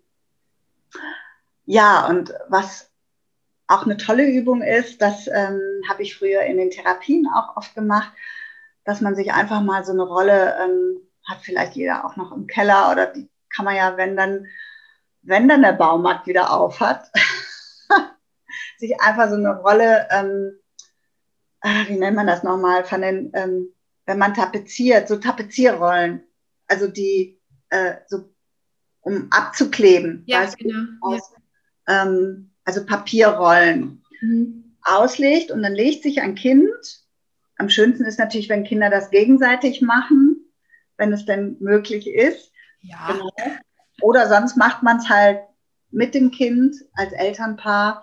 ja, und was auch eine tolle Übung ist, das habe ich früher in den Therapien auch oft gemacht, dass man sich einfach mal so eine Rolle, hat vielleicht jeder auch noch im Keller oder die kann man ja, wenn dann der Baumarkt wieder auf hat, sich einfach so eine Rolle, wie nennt man das nochmal, von den, wenn man tapeziert, so Tapezierrollen, also die so um abzukleben, ja, genau. Also Papierrollen auslegt und dann legt sich ein Kind, am schönsten ist natürlich, wenn Kinder das gegenseitig machen, wenn es denn möglich ist. Ja. Genau. Oder sonst macht man es halt mit dem Kind als Elternpaar,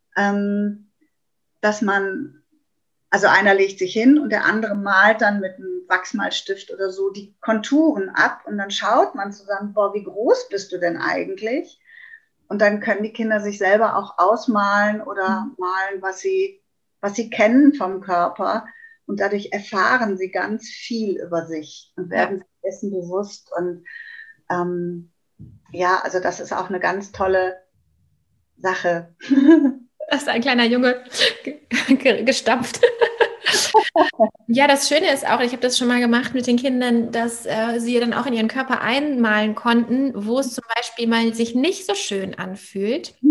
dass man, also einer legt sich hin und der andere malt dann mit einem Wachsmalstift oder so die Konturen ab und dann schaut man zusammen, boah, wie groß bist du denn eigentlich? Und dann können die Kinder sich selber auch ausmalen oder malen, was sie kennen vom Körper. Und dadurch erfahren sie ganz viel über sich und werden sich dessen bewusst. Und ja, also das ist auch eine ganz tolle Sache. Da ist ein kleiner Junge gestampft. Ja, das Schöne ist auch, ich habe das schon mal gemacht mit den Kindern, dass sie dann auch in ihren Körper einmalen konnten, wo es zum Beispiel mal sich nicht so schön anfühlt.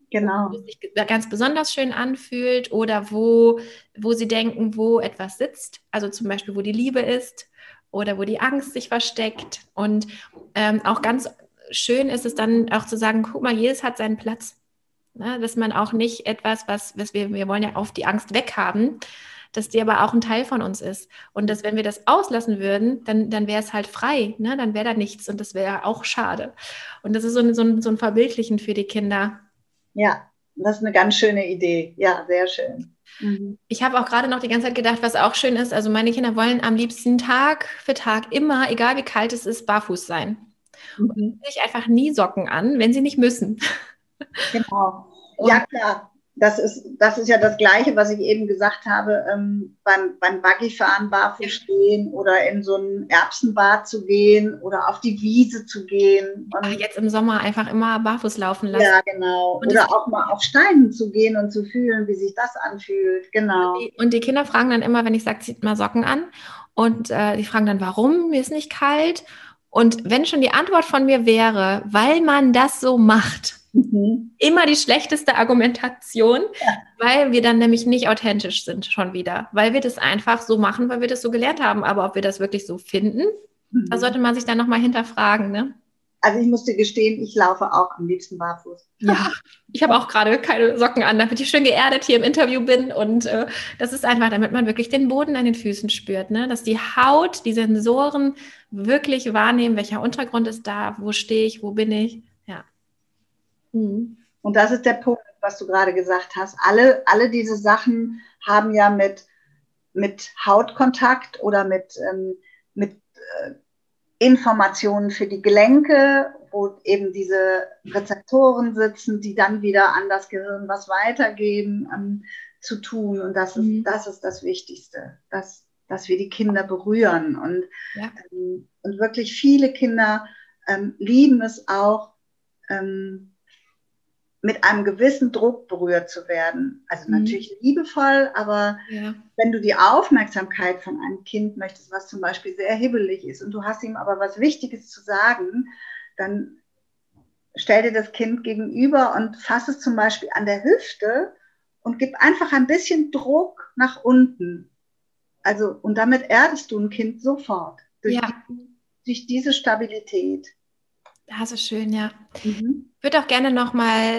Genau. Wo es sich ganz besonders schön anfühlt oder wo sie denken, wo etwas sitzt. Also zum Beispiel, wo die Liebe ist oder wo die Angst sich versteckt. Und auch ganz schön ist es dann auch zu sagen, guck mal, jedes hat seinen Platz. Ne? Dass man auch nicht etwas, was wir wollen ja auf die Angst weghaben, dass die aber auch ein Teil von uns ist. Und dass, wenn wir das auslassen würden, dann wäre es halt frei. Ne? Dann wäre da nichts und das wäre auch schade. Und das ist so ein Verbildlichen für die Kinder. Ja, das ist eine ganz schöne Idee. Ja, sehr schön. Ich habe auch gerade noch die ganze Zeit gedacht, was auch schön ist, also meine Kinder wollen am liebsten Tag für Tag immer, egal wie kalt es ist, barfuß sein. Und Mhm. ich einfach nie Socken an, wenn sie nicht müssen. Genau. Und Ja, klar. Das ist ja das Gleiche, was ich eben gesagt habe, beim Buggyfahren barfuß stehen oder in so ein Erbsenbad zu gehen oder auf die Wiese zu gehen. Und jetzt im Sommer einfach immer barfuß laufen lassen. ja, genau. Und, Oder auch mal auf Steinen zu gehen und zu fühlen, wie sich das anfühlt. Genau. und die Kinder fragen dann immer, wenn ich sage, zieht mal Socken an. Und die fragen dann, warum? Mir ist nicht kalt. Und wenn schon die Antwort von mir wäre, weil man das so macht, immer die schlechteste Argumentation, weil wir dann nämlich nicht authentisch sind schon wieder. Weil wir das einfach so machen, weil wir das so gelernt haben. Aber ob wir das wirklich so finden, da sollte man sich dann nochmal hinterfragen, ne? Also ich musste gestehen, ich laufe auch am liebsten barfuß. Ja, ich habe auch gerade keine Socken an, damit ich schön geerdet hier im Interview bin. Und das ist einfach, damit man wirklich den Boden an den Füßen spürt, ne? Dass die Haut, die Sensoren wirklich wahrnehmen, welcher Untergrund ist da, wo stehe ich, wo bin ich. Ja. Und das ist der Punkt, was du gerade gesagt hast. Alle diese Sachen haben ja mit Hautkontakt oder mit Informationen für die Gelenke, wo eben diese Rezeptoren sitzen, die dann wieder an das Gehirn was weitergeben, zu tun. Und das ist das Wichtigste, dass wir die Kinder berühren. Und wirklich viele Kinder lieben es auch, mit einem gewissen Druck berührt zu werden. Also natürlich liebevoll, aber wenn du die Aufmerksamkeit von einem Kind möchtest, was zum Beispiel sehr hibbelig ist und du hast ihm aber was Wichtiges zu sagen, dann stell dir das Kind gegenüber und fass es zum Beispiel an der Hüfte und gib einfach ein bisschen Druck nach unten. Also, und damit erdest du ein Kind sofort durch diese Stabilität. Das ist schön, ja. Ich würde auch gerne nochmal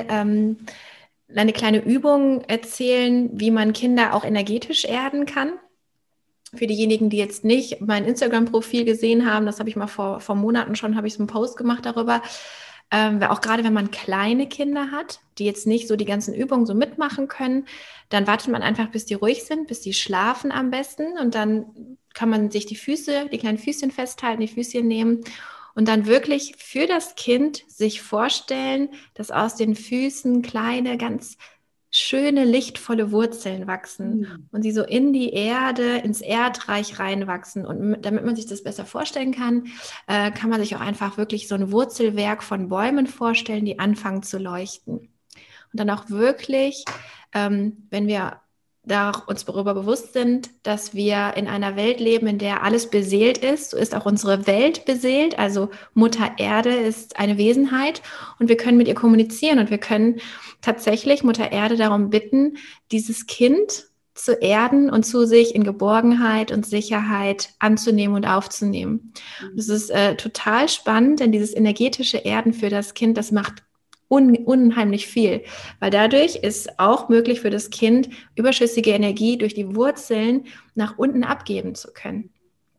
eine kleine Übung erzählen, wie man Kinder auch energetisch erden kann. Für diejenigen, die jetzt nicht mein Instagram-Profil gesehen haben, das habe ich mal vor Monaten schon, habe ich so einen Post gemacht darüber. Auch gerade wenn man kleine Kinder hat, die jetzt nicht so die ganzen Übungen so mitmachen können, dann wartet man einfach, bis die ruhig sind, bis die schlafen am besten. Und dann kann man sich die kleinen Füßchen festhalten, die Füßchen nehmen und dann wirklich für das Kind sich vorstellen, dass aus den Füßen kleine, ganz schöne, lichtvolle Wurzeln wachsen und sie so in die Erde, ins Erdreich reinwachsen. Und damit man sich das besser vorstellen kann, kann man sich auch einfach wirklich so ein Wurzelwerk von Bäumen vorstellen, die anfangen zu leuchten. Und dann auch wirklich, wenn wir da uns darüber bewusst sind, dass wir in einer Welt leben, in der alles beseelt ist, so ist auch unsere Welt beseelt. Also Mutter Erde ist eine Wesenheit und wir können mit ihr kommunizieren und wir können tatsächlich Mutter Erde darum bitten, dieses Kind zu erden und zu sich in Geborgenheit und Sicherheit anzunehmen und aufzunehmen. Das ist total spannend, denn dieses energetische Erden für das Kind, das macht unheimlich viel, weil dadurch ist auch möglich für das Kind, überschüssige Energie durch die Wurzeln nach unten abgeben zu können.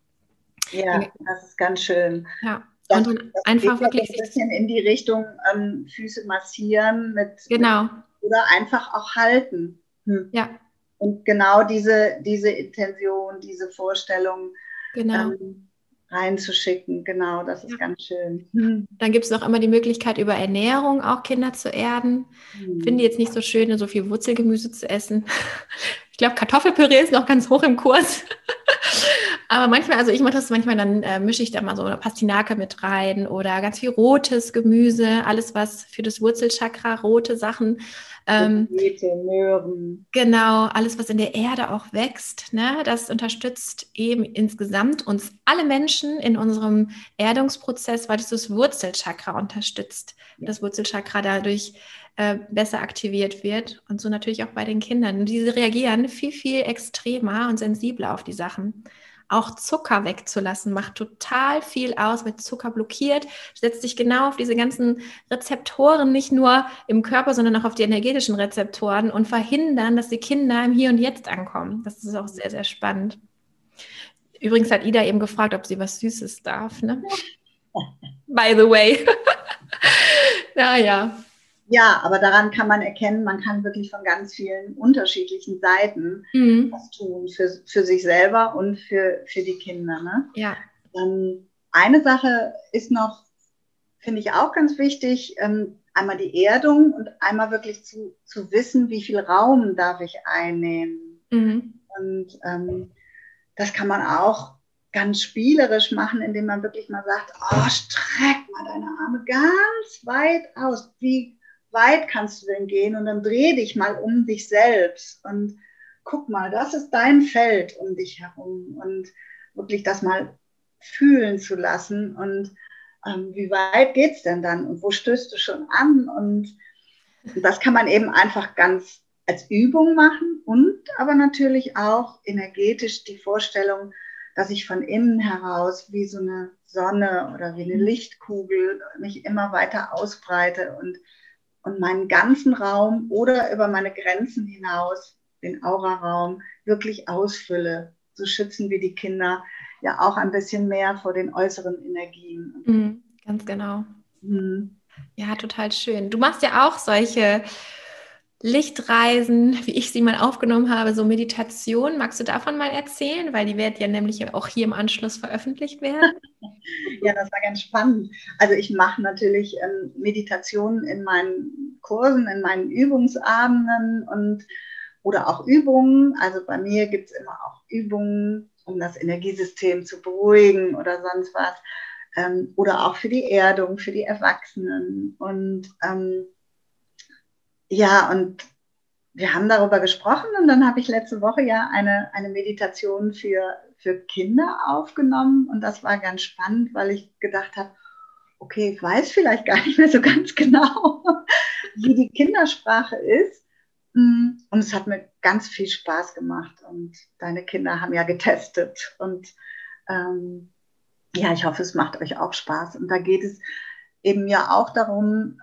Ja, das ist ganz schön. Ja. Das, und dann einfach wirklich ein bisschen in die Richtung Füße massieren oder einfach auch halten. Ja. Und genau diese Intention, diese Vorstellung reinzuschicken. Genau, das ist ganz schön. Dann gibt es noch immer die Möglichkeit, über Ernährung auch Kinder zu erden. Finde jetzt nicht so schön, so viel Wurzelgemüse zu essen. Ich glaube, Kartoffelpüree ist noch ganz hoch im Kurs. Aber manchmal, also ich mache das manchmal, dann mische ich da mal so eine Pastinake mit rein oder ganz viel rotes Gemüse, alles was für das Wurzelchakra, rote Sachen. Beete, Möhren. Genau, alles was in der Erde auch wächst, ne, das unterstützt eben insgesamt uns alle Menschen in unserem Erdungsprozess, weil das Wurzelchakra unterstützt. Das Wurzelchakra dadurch besser aktiviert wird und so natürlich auch bei den Kindern. Und diese reagieren viel, viel extremer und sensibler auf die Sachen. Auch Zucker wegzulassen macht total viel aus, weil Zucker blockiert, setzt sich genau auf diese ganzen Rezeptoren, nicht nur im Körper, sondern auch auf die energetischen Rezeptoren und verhindern, dass die Kinder im Hier und Jetzt ankommen. Das ist auch sehr, sehr spannend. Übrigens hat Ida eben gefragt, ob sie was Süßes darf, ne? By the way. Ja. Ja, aber daran kann man erkennen, man kann wirklich von ganz vielen unterschiedlichen Seiten was tun für sich selber und für die Kinder. Ne? Ja. Eine Sache ist noch, finde ich auch ganz wichtig, einmal die Erdung und einmal wirklich zu wissen, wie viel Raum darf ich einnehmen. Und das kann man auch ganz spielerisch machen, indem man wirklich mal sagt, oh, streck mal deine Arme ganz weit aus. Wie weit kannst du denn gehen? Und dann dreh dich mal um dich selbst und guck mal, das ist dein Feld um dich herum und wirklich das mal fühlen zu lassen und wie weit geht's denn dann und wo stößt du schon an? Und das kann man eben einfach ganz als Übung machen und aber natürlich auch energetisch die Vorstellung, dass ich von innen heraus wie so eine Sonne oder wie eine Lichtkugel mich immer weiter ausbreite und meinen ganzen Raum oder über meine Grenzen hinaus, den Auraraum, wirklich ausfülle. So schützen wir die Kinder ja auch ein bisschen mehr vor den äußeren Energien. Ganz genau. Ja, total schön. Du machst ja auch solche Lichtreisen, wie ich sie mal aufgenommen habe, so Meditation. Magst du davon mal erzählen? Weil die wird ja nämlich auch hier im Anschluss veröffentlicht werden. Ja, das war ganz spannend. Also ich mache natürlich Meditationen in meinen Kursen, in meinen Übungsabenden oder auch Übungen. Also bei mir gibt es immer auch Übungen, um das Energiesystem zu beruhigen oder sonst was. Oder auch für die Erdung, für die Erwachsenen. Und und wir haben darüber gesprochen und dann habe ich letzte Woche ja eine Meditation für Kinder aufgenommen und das war ganz spannend, weil ich gedacht habe, okay, ich weiß vielleicht gar nicht mehr so ganz genau, wie die Kindersprache ist. Und es hat mir ganz viel Spaß gemacht und deine Kinder haben ja getestet und ich hoffe, es macht euch auch Spaß. Und da geht es eben ja auch darum,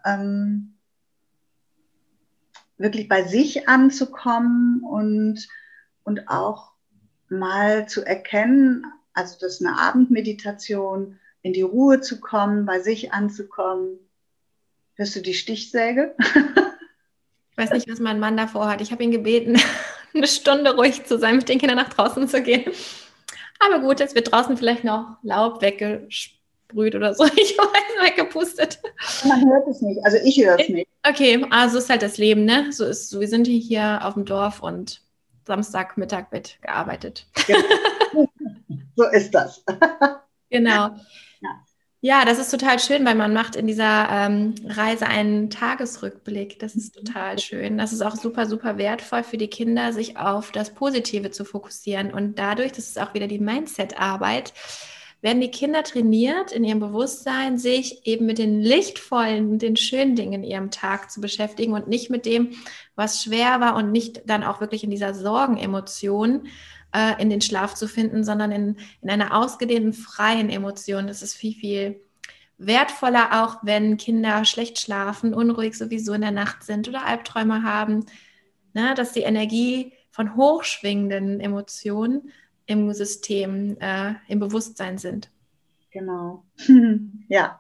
wirklich bei sich anzukommen und auch mal zu erkennen, also das ist eine Abendmeditation, in die Ruhe zu kommen, bei sich anzukommen. Hörst du die Stichsäge? Ich weiß nicht, was mein Mann davor hat. Ich habe ihn gebeten, eine Stunde ruhig zu sein, mit den Kindern nach draußen zu gehen. Aber gut, jetzt wird draußen vielleicht noch Laub weggesprüht oder so. Ich weiß, weggepustet. Man hört es nicht. Also ich höre es nicht. Okay, also ist halt das Leben, ne? So, wir sind hier auf dem Dorf und Samstagmittag wird gearbeitet. Ja. So ist das. Genau. Ja, das ist total schön, weil man macht in dieser Reise einen Tagesrückblick. Das ist total schön. Das ist auch super, super wertvoll für die Kinder, sich auf das Positive zu fokussieren. Und dadurch, das ist auch wieder die Mindset-Arbeit, werden die Kinder trainiert, in ihrem Bewusstsein sich eben mit den lichtvollen, den schönen Dingen in ihrem Tag zu beschäftigen und nicht mit dem, was schwer war und nicht dann auch wirklich in dieser Sorgenemotion in den Schlaf zu finden, sondern in einer ausgedehnten, freien Emotion. Das ist viel, viel wertvoller, auch wenn Kinder schlecht schlafen, unruhig sowieso in der Nacht sind oder Albträume haben, ne, dass die Energie von hochschwingenden Emotionen im System, im Bewusstsein sind. Genau. Ja.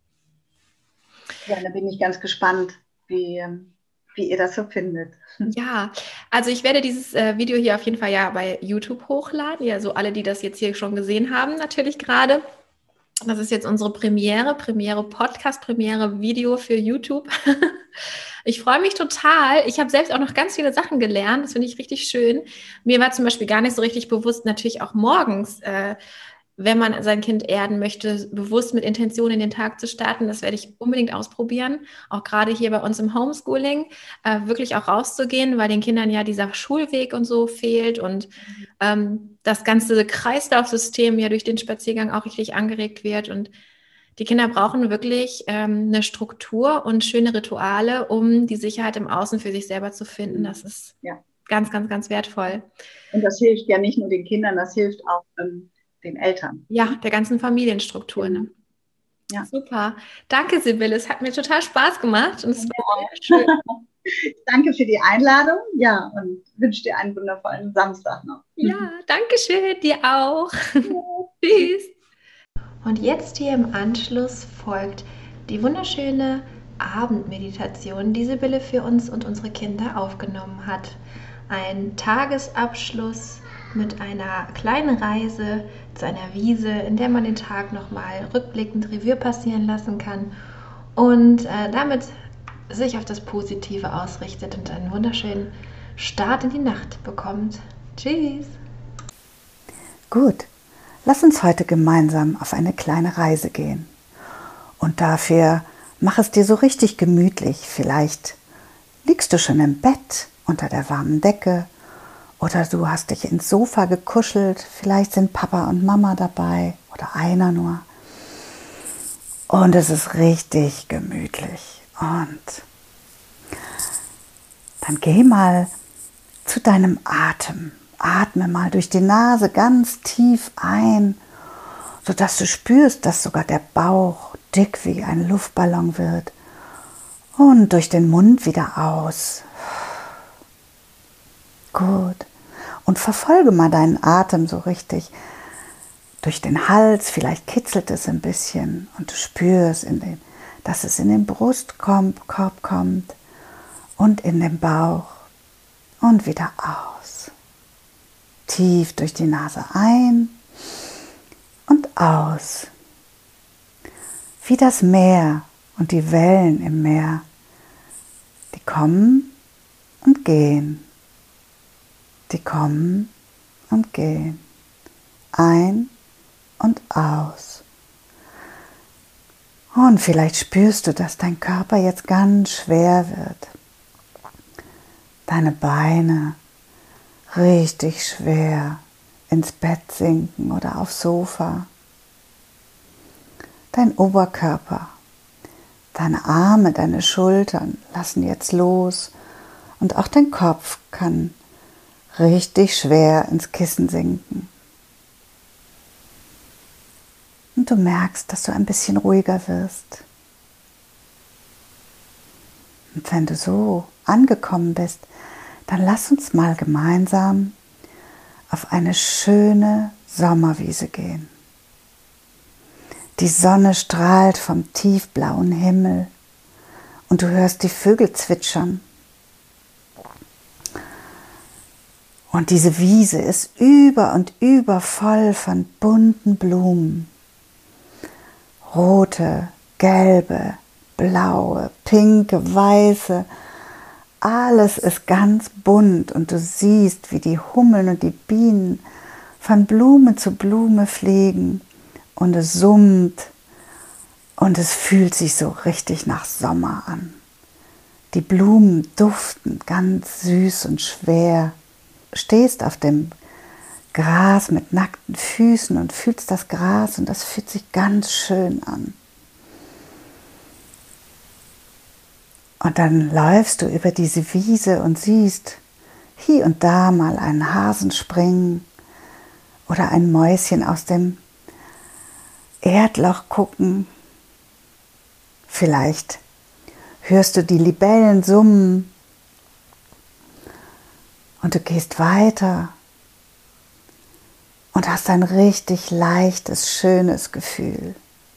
Ja, da bin ich ganz gespannt, wie ihr das so findet. Ja, also ich werde dieses Video hier auf jeden Fall ja bei YouTube hochladen. Ja, so alle, die das jetzt hier schon gesehen haben, natürlich gerade. Das ist jetzt unsere Premiere Podcast, Premiere Video für YouTube. Ich freue mich total. Ich habe selbst auch noch ganz viele Sachen gelernt. Das finde ich richtig schön. Mir war zum Beispiel gar nicht so richtig bewusst, natürlich auch morgens, wenn man sein Kind erden möchte, bewusst mit Intention in den Tag zu starten. Das werde ich unbedingt ausprobieren. Auch gerade hier bei uns im Homeschooling, wirklich auch rauszugehen, weil den Kindern ja dieser Schulweg und so fehlt und das ganze Kreislaufsystem ja durch den Spaziergang auch richtig angeregt wird. Und Die Kinder brauchen wirklich eine Struktur und schöne Rituale, um die Sicherheit im Außen für sich selber zu finden. Das ist ganz, ganz, ganz wertvoll. Und das hilft ja nicht nur den Kindern, das hilft auch den Eltern. Ja, der ganzen Familienstruktur. Ne? Ja. Super. Danke, Sibylle. Es hat mir total Spaß gemacht und es war sehr schön. Danke für die Einladung. Ja, und wünsche dir einen wundervollen Samstag noch. Ja, danke schön. Dir auch. Ja. Tschüss. Und jetzt hier im Anschluss folgt die wunderschöne Abendmeditation, die Sibylle für uns und unsere Kinder aufgenommen hat. Ein Tagesabschluss mit einer kleinen Reise zu einer Wiese, in der man den Tag nochmal rückblickend Revue passieren lassen kann und damit sich auf das Positive ausrichtet und einen wunderschönen Start in die Nacht bekommt. Tschüss! Gut, lass uns heute gemeinsam auf eine kleine Reise gehen. Und dafür mach es dir so richtig gemütlich. Vielleicht liegst du schon im Bett unter der warmen Decke oder du hast dich ins Sofa gekuschelt. Vielleicht sind Papa und Mama dabei oder einer nur. Und es ist richtig gemütlich. Und dann geh mal zu deinem Atem. Atme mal durch die Nase ganz tief ein, sodass du spürst, dass sogar der Bauch dick wie ein Luftballon wird. Und durch den Mund wieder aus. Gut. Und verfolge mal deinen Atem so richtig. Durch den Hals, vielleicht kitzelt es ein bisschen und du spürst, dass es in den Brustkorb kommt und in den Bauch und wieder aus. Tief durch die Nase ein und aus. Wie das Meer und die Wellen im Meer, die kommen und gehen. Die kommen und gehen. Ein und aus. Und vielleicht spürst du, dass dein Körper jetzt ganz schwer wird. Deine Beine richtig schwer ins Bett sinken oder aufs Sofa. Dein Oberkörper, deine Arme, deine Schultern lassen jetzt los und auch dein Kopf kann richtig schwer ins Kissen sinken. Und du merkst, dass du ein bisschen ruhiger wirst. Und wenn du so angekommen bist, dann lass uns mal gemeinsam auf eine schöne Sommerwiese gehen. Die Sonne strahlt vom tiefblauen Himmel und du hörst die Vögel zwitschern. Und diese Wiese ist über und über voll von bunten Blumen. Rote, gelbe, blaue, pinke, weiße. Alles ist ganz bunt und du siehst, wie die Hummeln und die Bienen von Blume zu Blume fliegen und es summt und es fühlt sich so richtig nach Sommer an. Die Blumen duften ganz süß und schwer. Du stehst auf dem Gras mit nackten Füßen und fühlst das Gras und das fühlt sich ganz schön an. Und dann läufst du über diese Wiese und siehst hier und da mal einen Hasen springen oder ein Mäuschen aus dem Erdloch gucken. Vielleicht hörst du die Libellen summen und du gehst weiter und hast ein richtig leichtes, schönes Gefühl.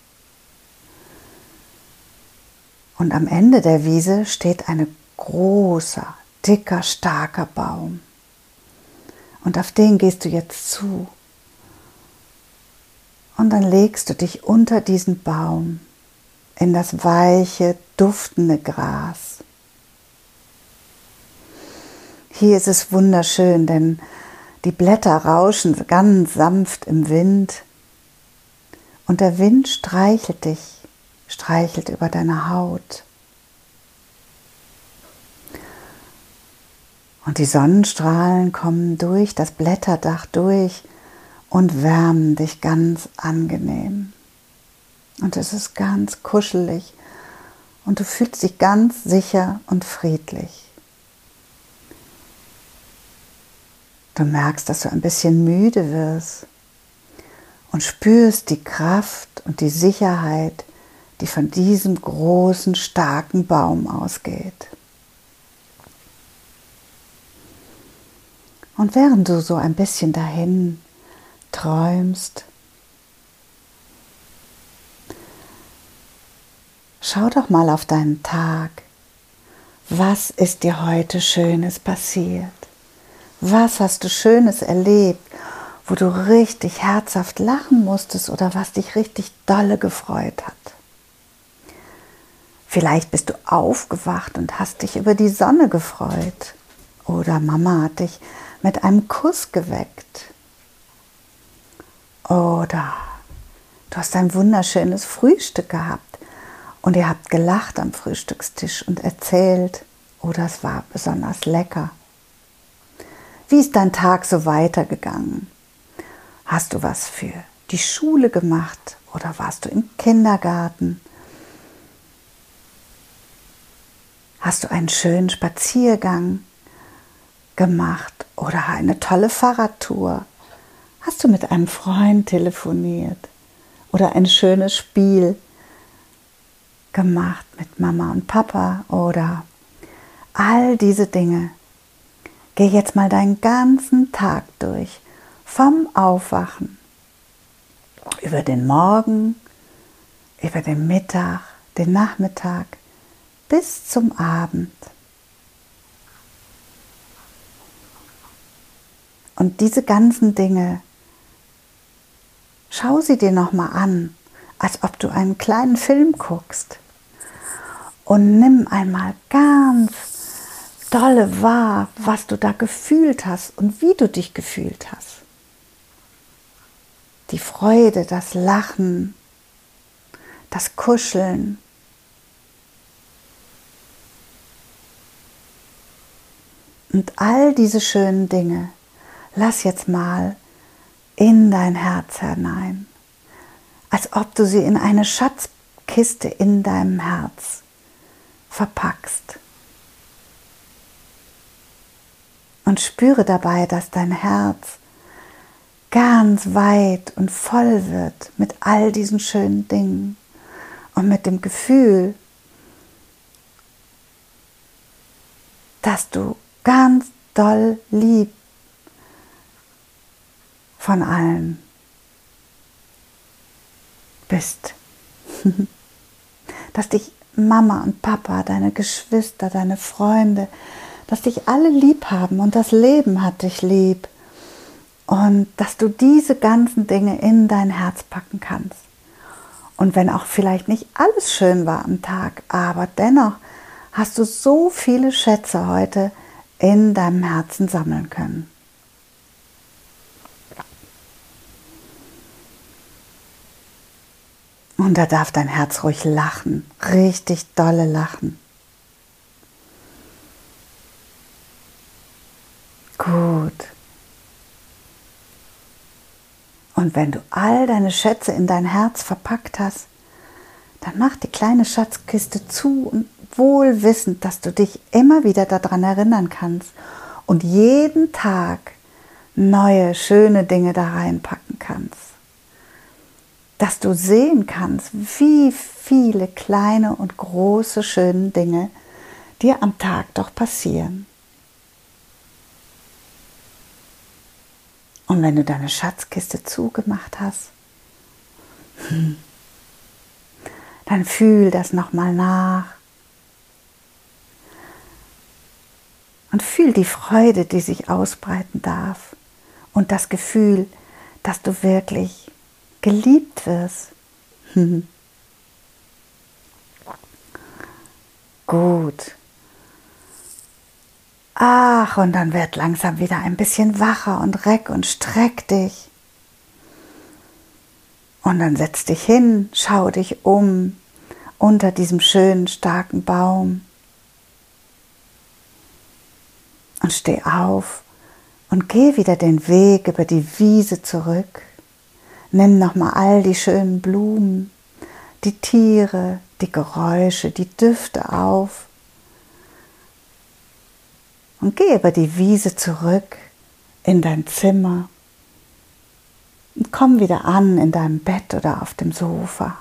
Und am Ende der Wiese steht ein großer, dicker, starker Baum. Und auf den gehst du jetzt zu. Und dann legst du dich unter diesen Baum in das weiche, duftende Gras. Hier ist es wunderschön, denn die Blätter rauschen ganz sanft im Wind. Und der Wind streichelt dich. Streichelt über deine Haut. Und die Sonnenstrahlen kommen durch das Blätterdach durch und wärmen dich ganz angenehm. Und es ist ganz kuschelig und du fühlst dich ganz sicher und friedlich. Du merkst, dass du ein bisschen müde wirst und spürst die Kraft und die Sicherheit, die von diesem großen, starken Baum ausgeht. Und während du so ein bisschen dahin träumst, schau doch mal auf deinen Tag. Was ist dir heute Schönes passiert? Was hast du Schönes erlebt, wo du richtig herzhaft lachen musstest oder was dich richtig dolle gefreut hat? Vielleicht bist du aufgewacht und hast dich über die Sonne gefreut. Oder Mama hat dich mit einem Kuss geweckt. Oder du hast ein wunderschönes Frühstück gehabt und ihr habt gelacht am Frühstückstisch und erzählt. Oder es war besonders lecker. Wie ist dein Tag so weitergegangen? Hast du was für die Schule gemacht oder warst du im Kindergarten? Hast du einen schönen Spaziergang gemacht oder eine tolle Fahrradtour? Hast du mit einem Freund telefoniert oder ein schönes Spiel gemacht mit Mama und Papa oder all diese Dinge? Geh jetzt mal deinen ganzen Tag durch, vom Aufwachen, über den Morgen, über den Mittag, den Nachmittag, bis zum Abend. Und diese ganzen Dinge, schau sie dir nochmal an, als ob du einen kleinen Film guckst. Und nimm einmal ganz dolle wahr, was du da gefühlt hast und wie du dich gefühlt hast. Die Freude, das Lachen, das Kuscheln. Und all diese schönen Dinge, lass jetzt mal in dein Herz hinein, als ob du sie in eine Schatzkiste in deinem Herz verpackst. Und spüre dabei, dass dein Herz ganz weit und voll wird mit all diesen schönen Dingen und mit dem Gefühl, dass du ganz doll lieb von allen bist. Dass dich Mama und Papa, deine Geschwister, deine Freunde, dass dich alle lieb haben und das Leben hat dich lieb und dass du diese ganzen Dinge in dein Herz packen kannst. Und wenn auch vielleicht nicht alles schön war am Tag, aber dennoch hast du so viele Schätze heute in deinem Herzen sammeln können. Und da darf dein Herz ruhig lachen, richtig dolle lachen. Gut. Und wenn du all deine Schätze in dein Herz verpackt hast, dann mach die kleine Schatzkiste zu und wohl wissend, dass du dich immer wieder daran erinnern kannst und jeden Tag neue, schöne Dinge da reinpacken kannst. Dass du sehen kannst, wie viele kleine und große, schöne Dinge dir am Tag doch passieren. Und wenn du deine Schatzkiste zugemacht hast, dann fühl das nochmal nach. Und fühl die Freude, die sich ausbreiten darf. Und das Gefühl, dass du wirklich geliebt wirst. Gut. Ach, und dann werd langsam wieder ein bisschen wacher und reck und streck dich. Und dann setz dich hin, schau dich um unter diesem schönen, starken Baum. Und steh auf und geh wieder den Weg über die Wiese zurück. Nimm nochmal all die schönen Blumen, die Tiere, die Geräusche, die Düfte auf und geh über die Wiese zurück in dein Zimmer und komm wieder an in deinem Bett oder auf dem Sofa.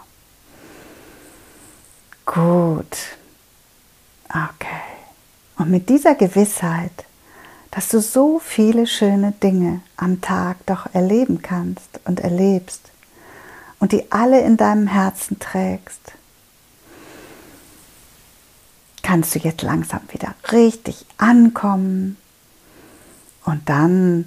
Gut. Okay. Und mit dieser Gewissheit, dass du so viele schöne Dinge am Tag doch erleben kannst und erlebst und die alle in deinem Herzen trägst, kannst du jetzt langsam wieder richtig ankommen und dann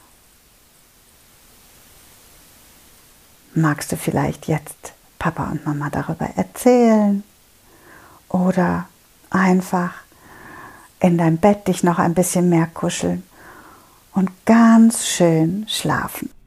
magst du vielleicht jetzt Papa und Mama darüber erzählen oder einfach in dein Bett dich noch ein bisschen mehr kuscheln und ganz schön schlafen.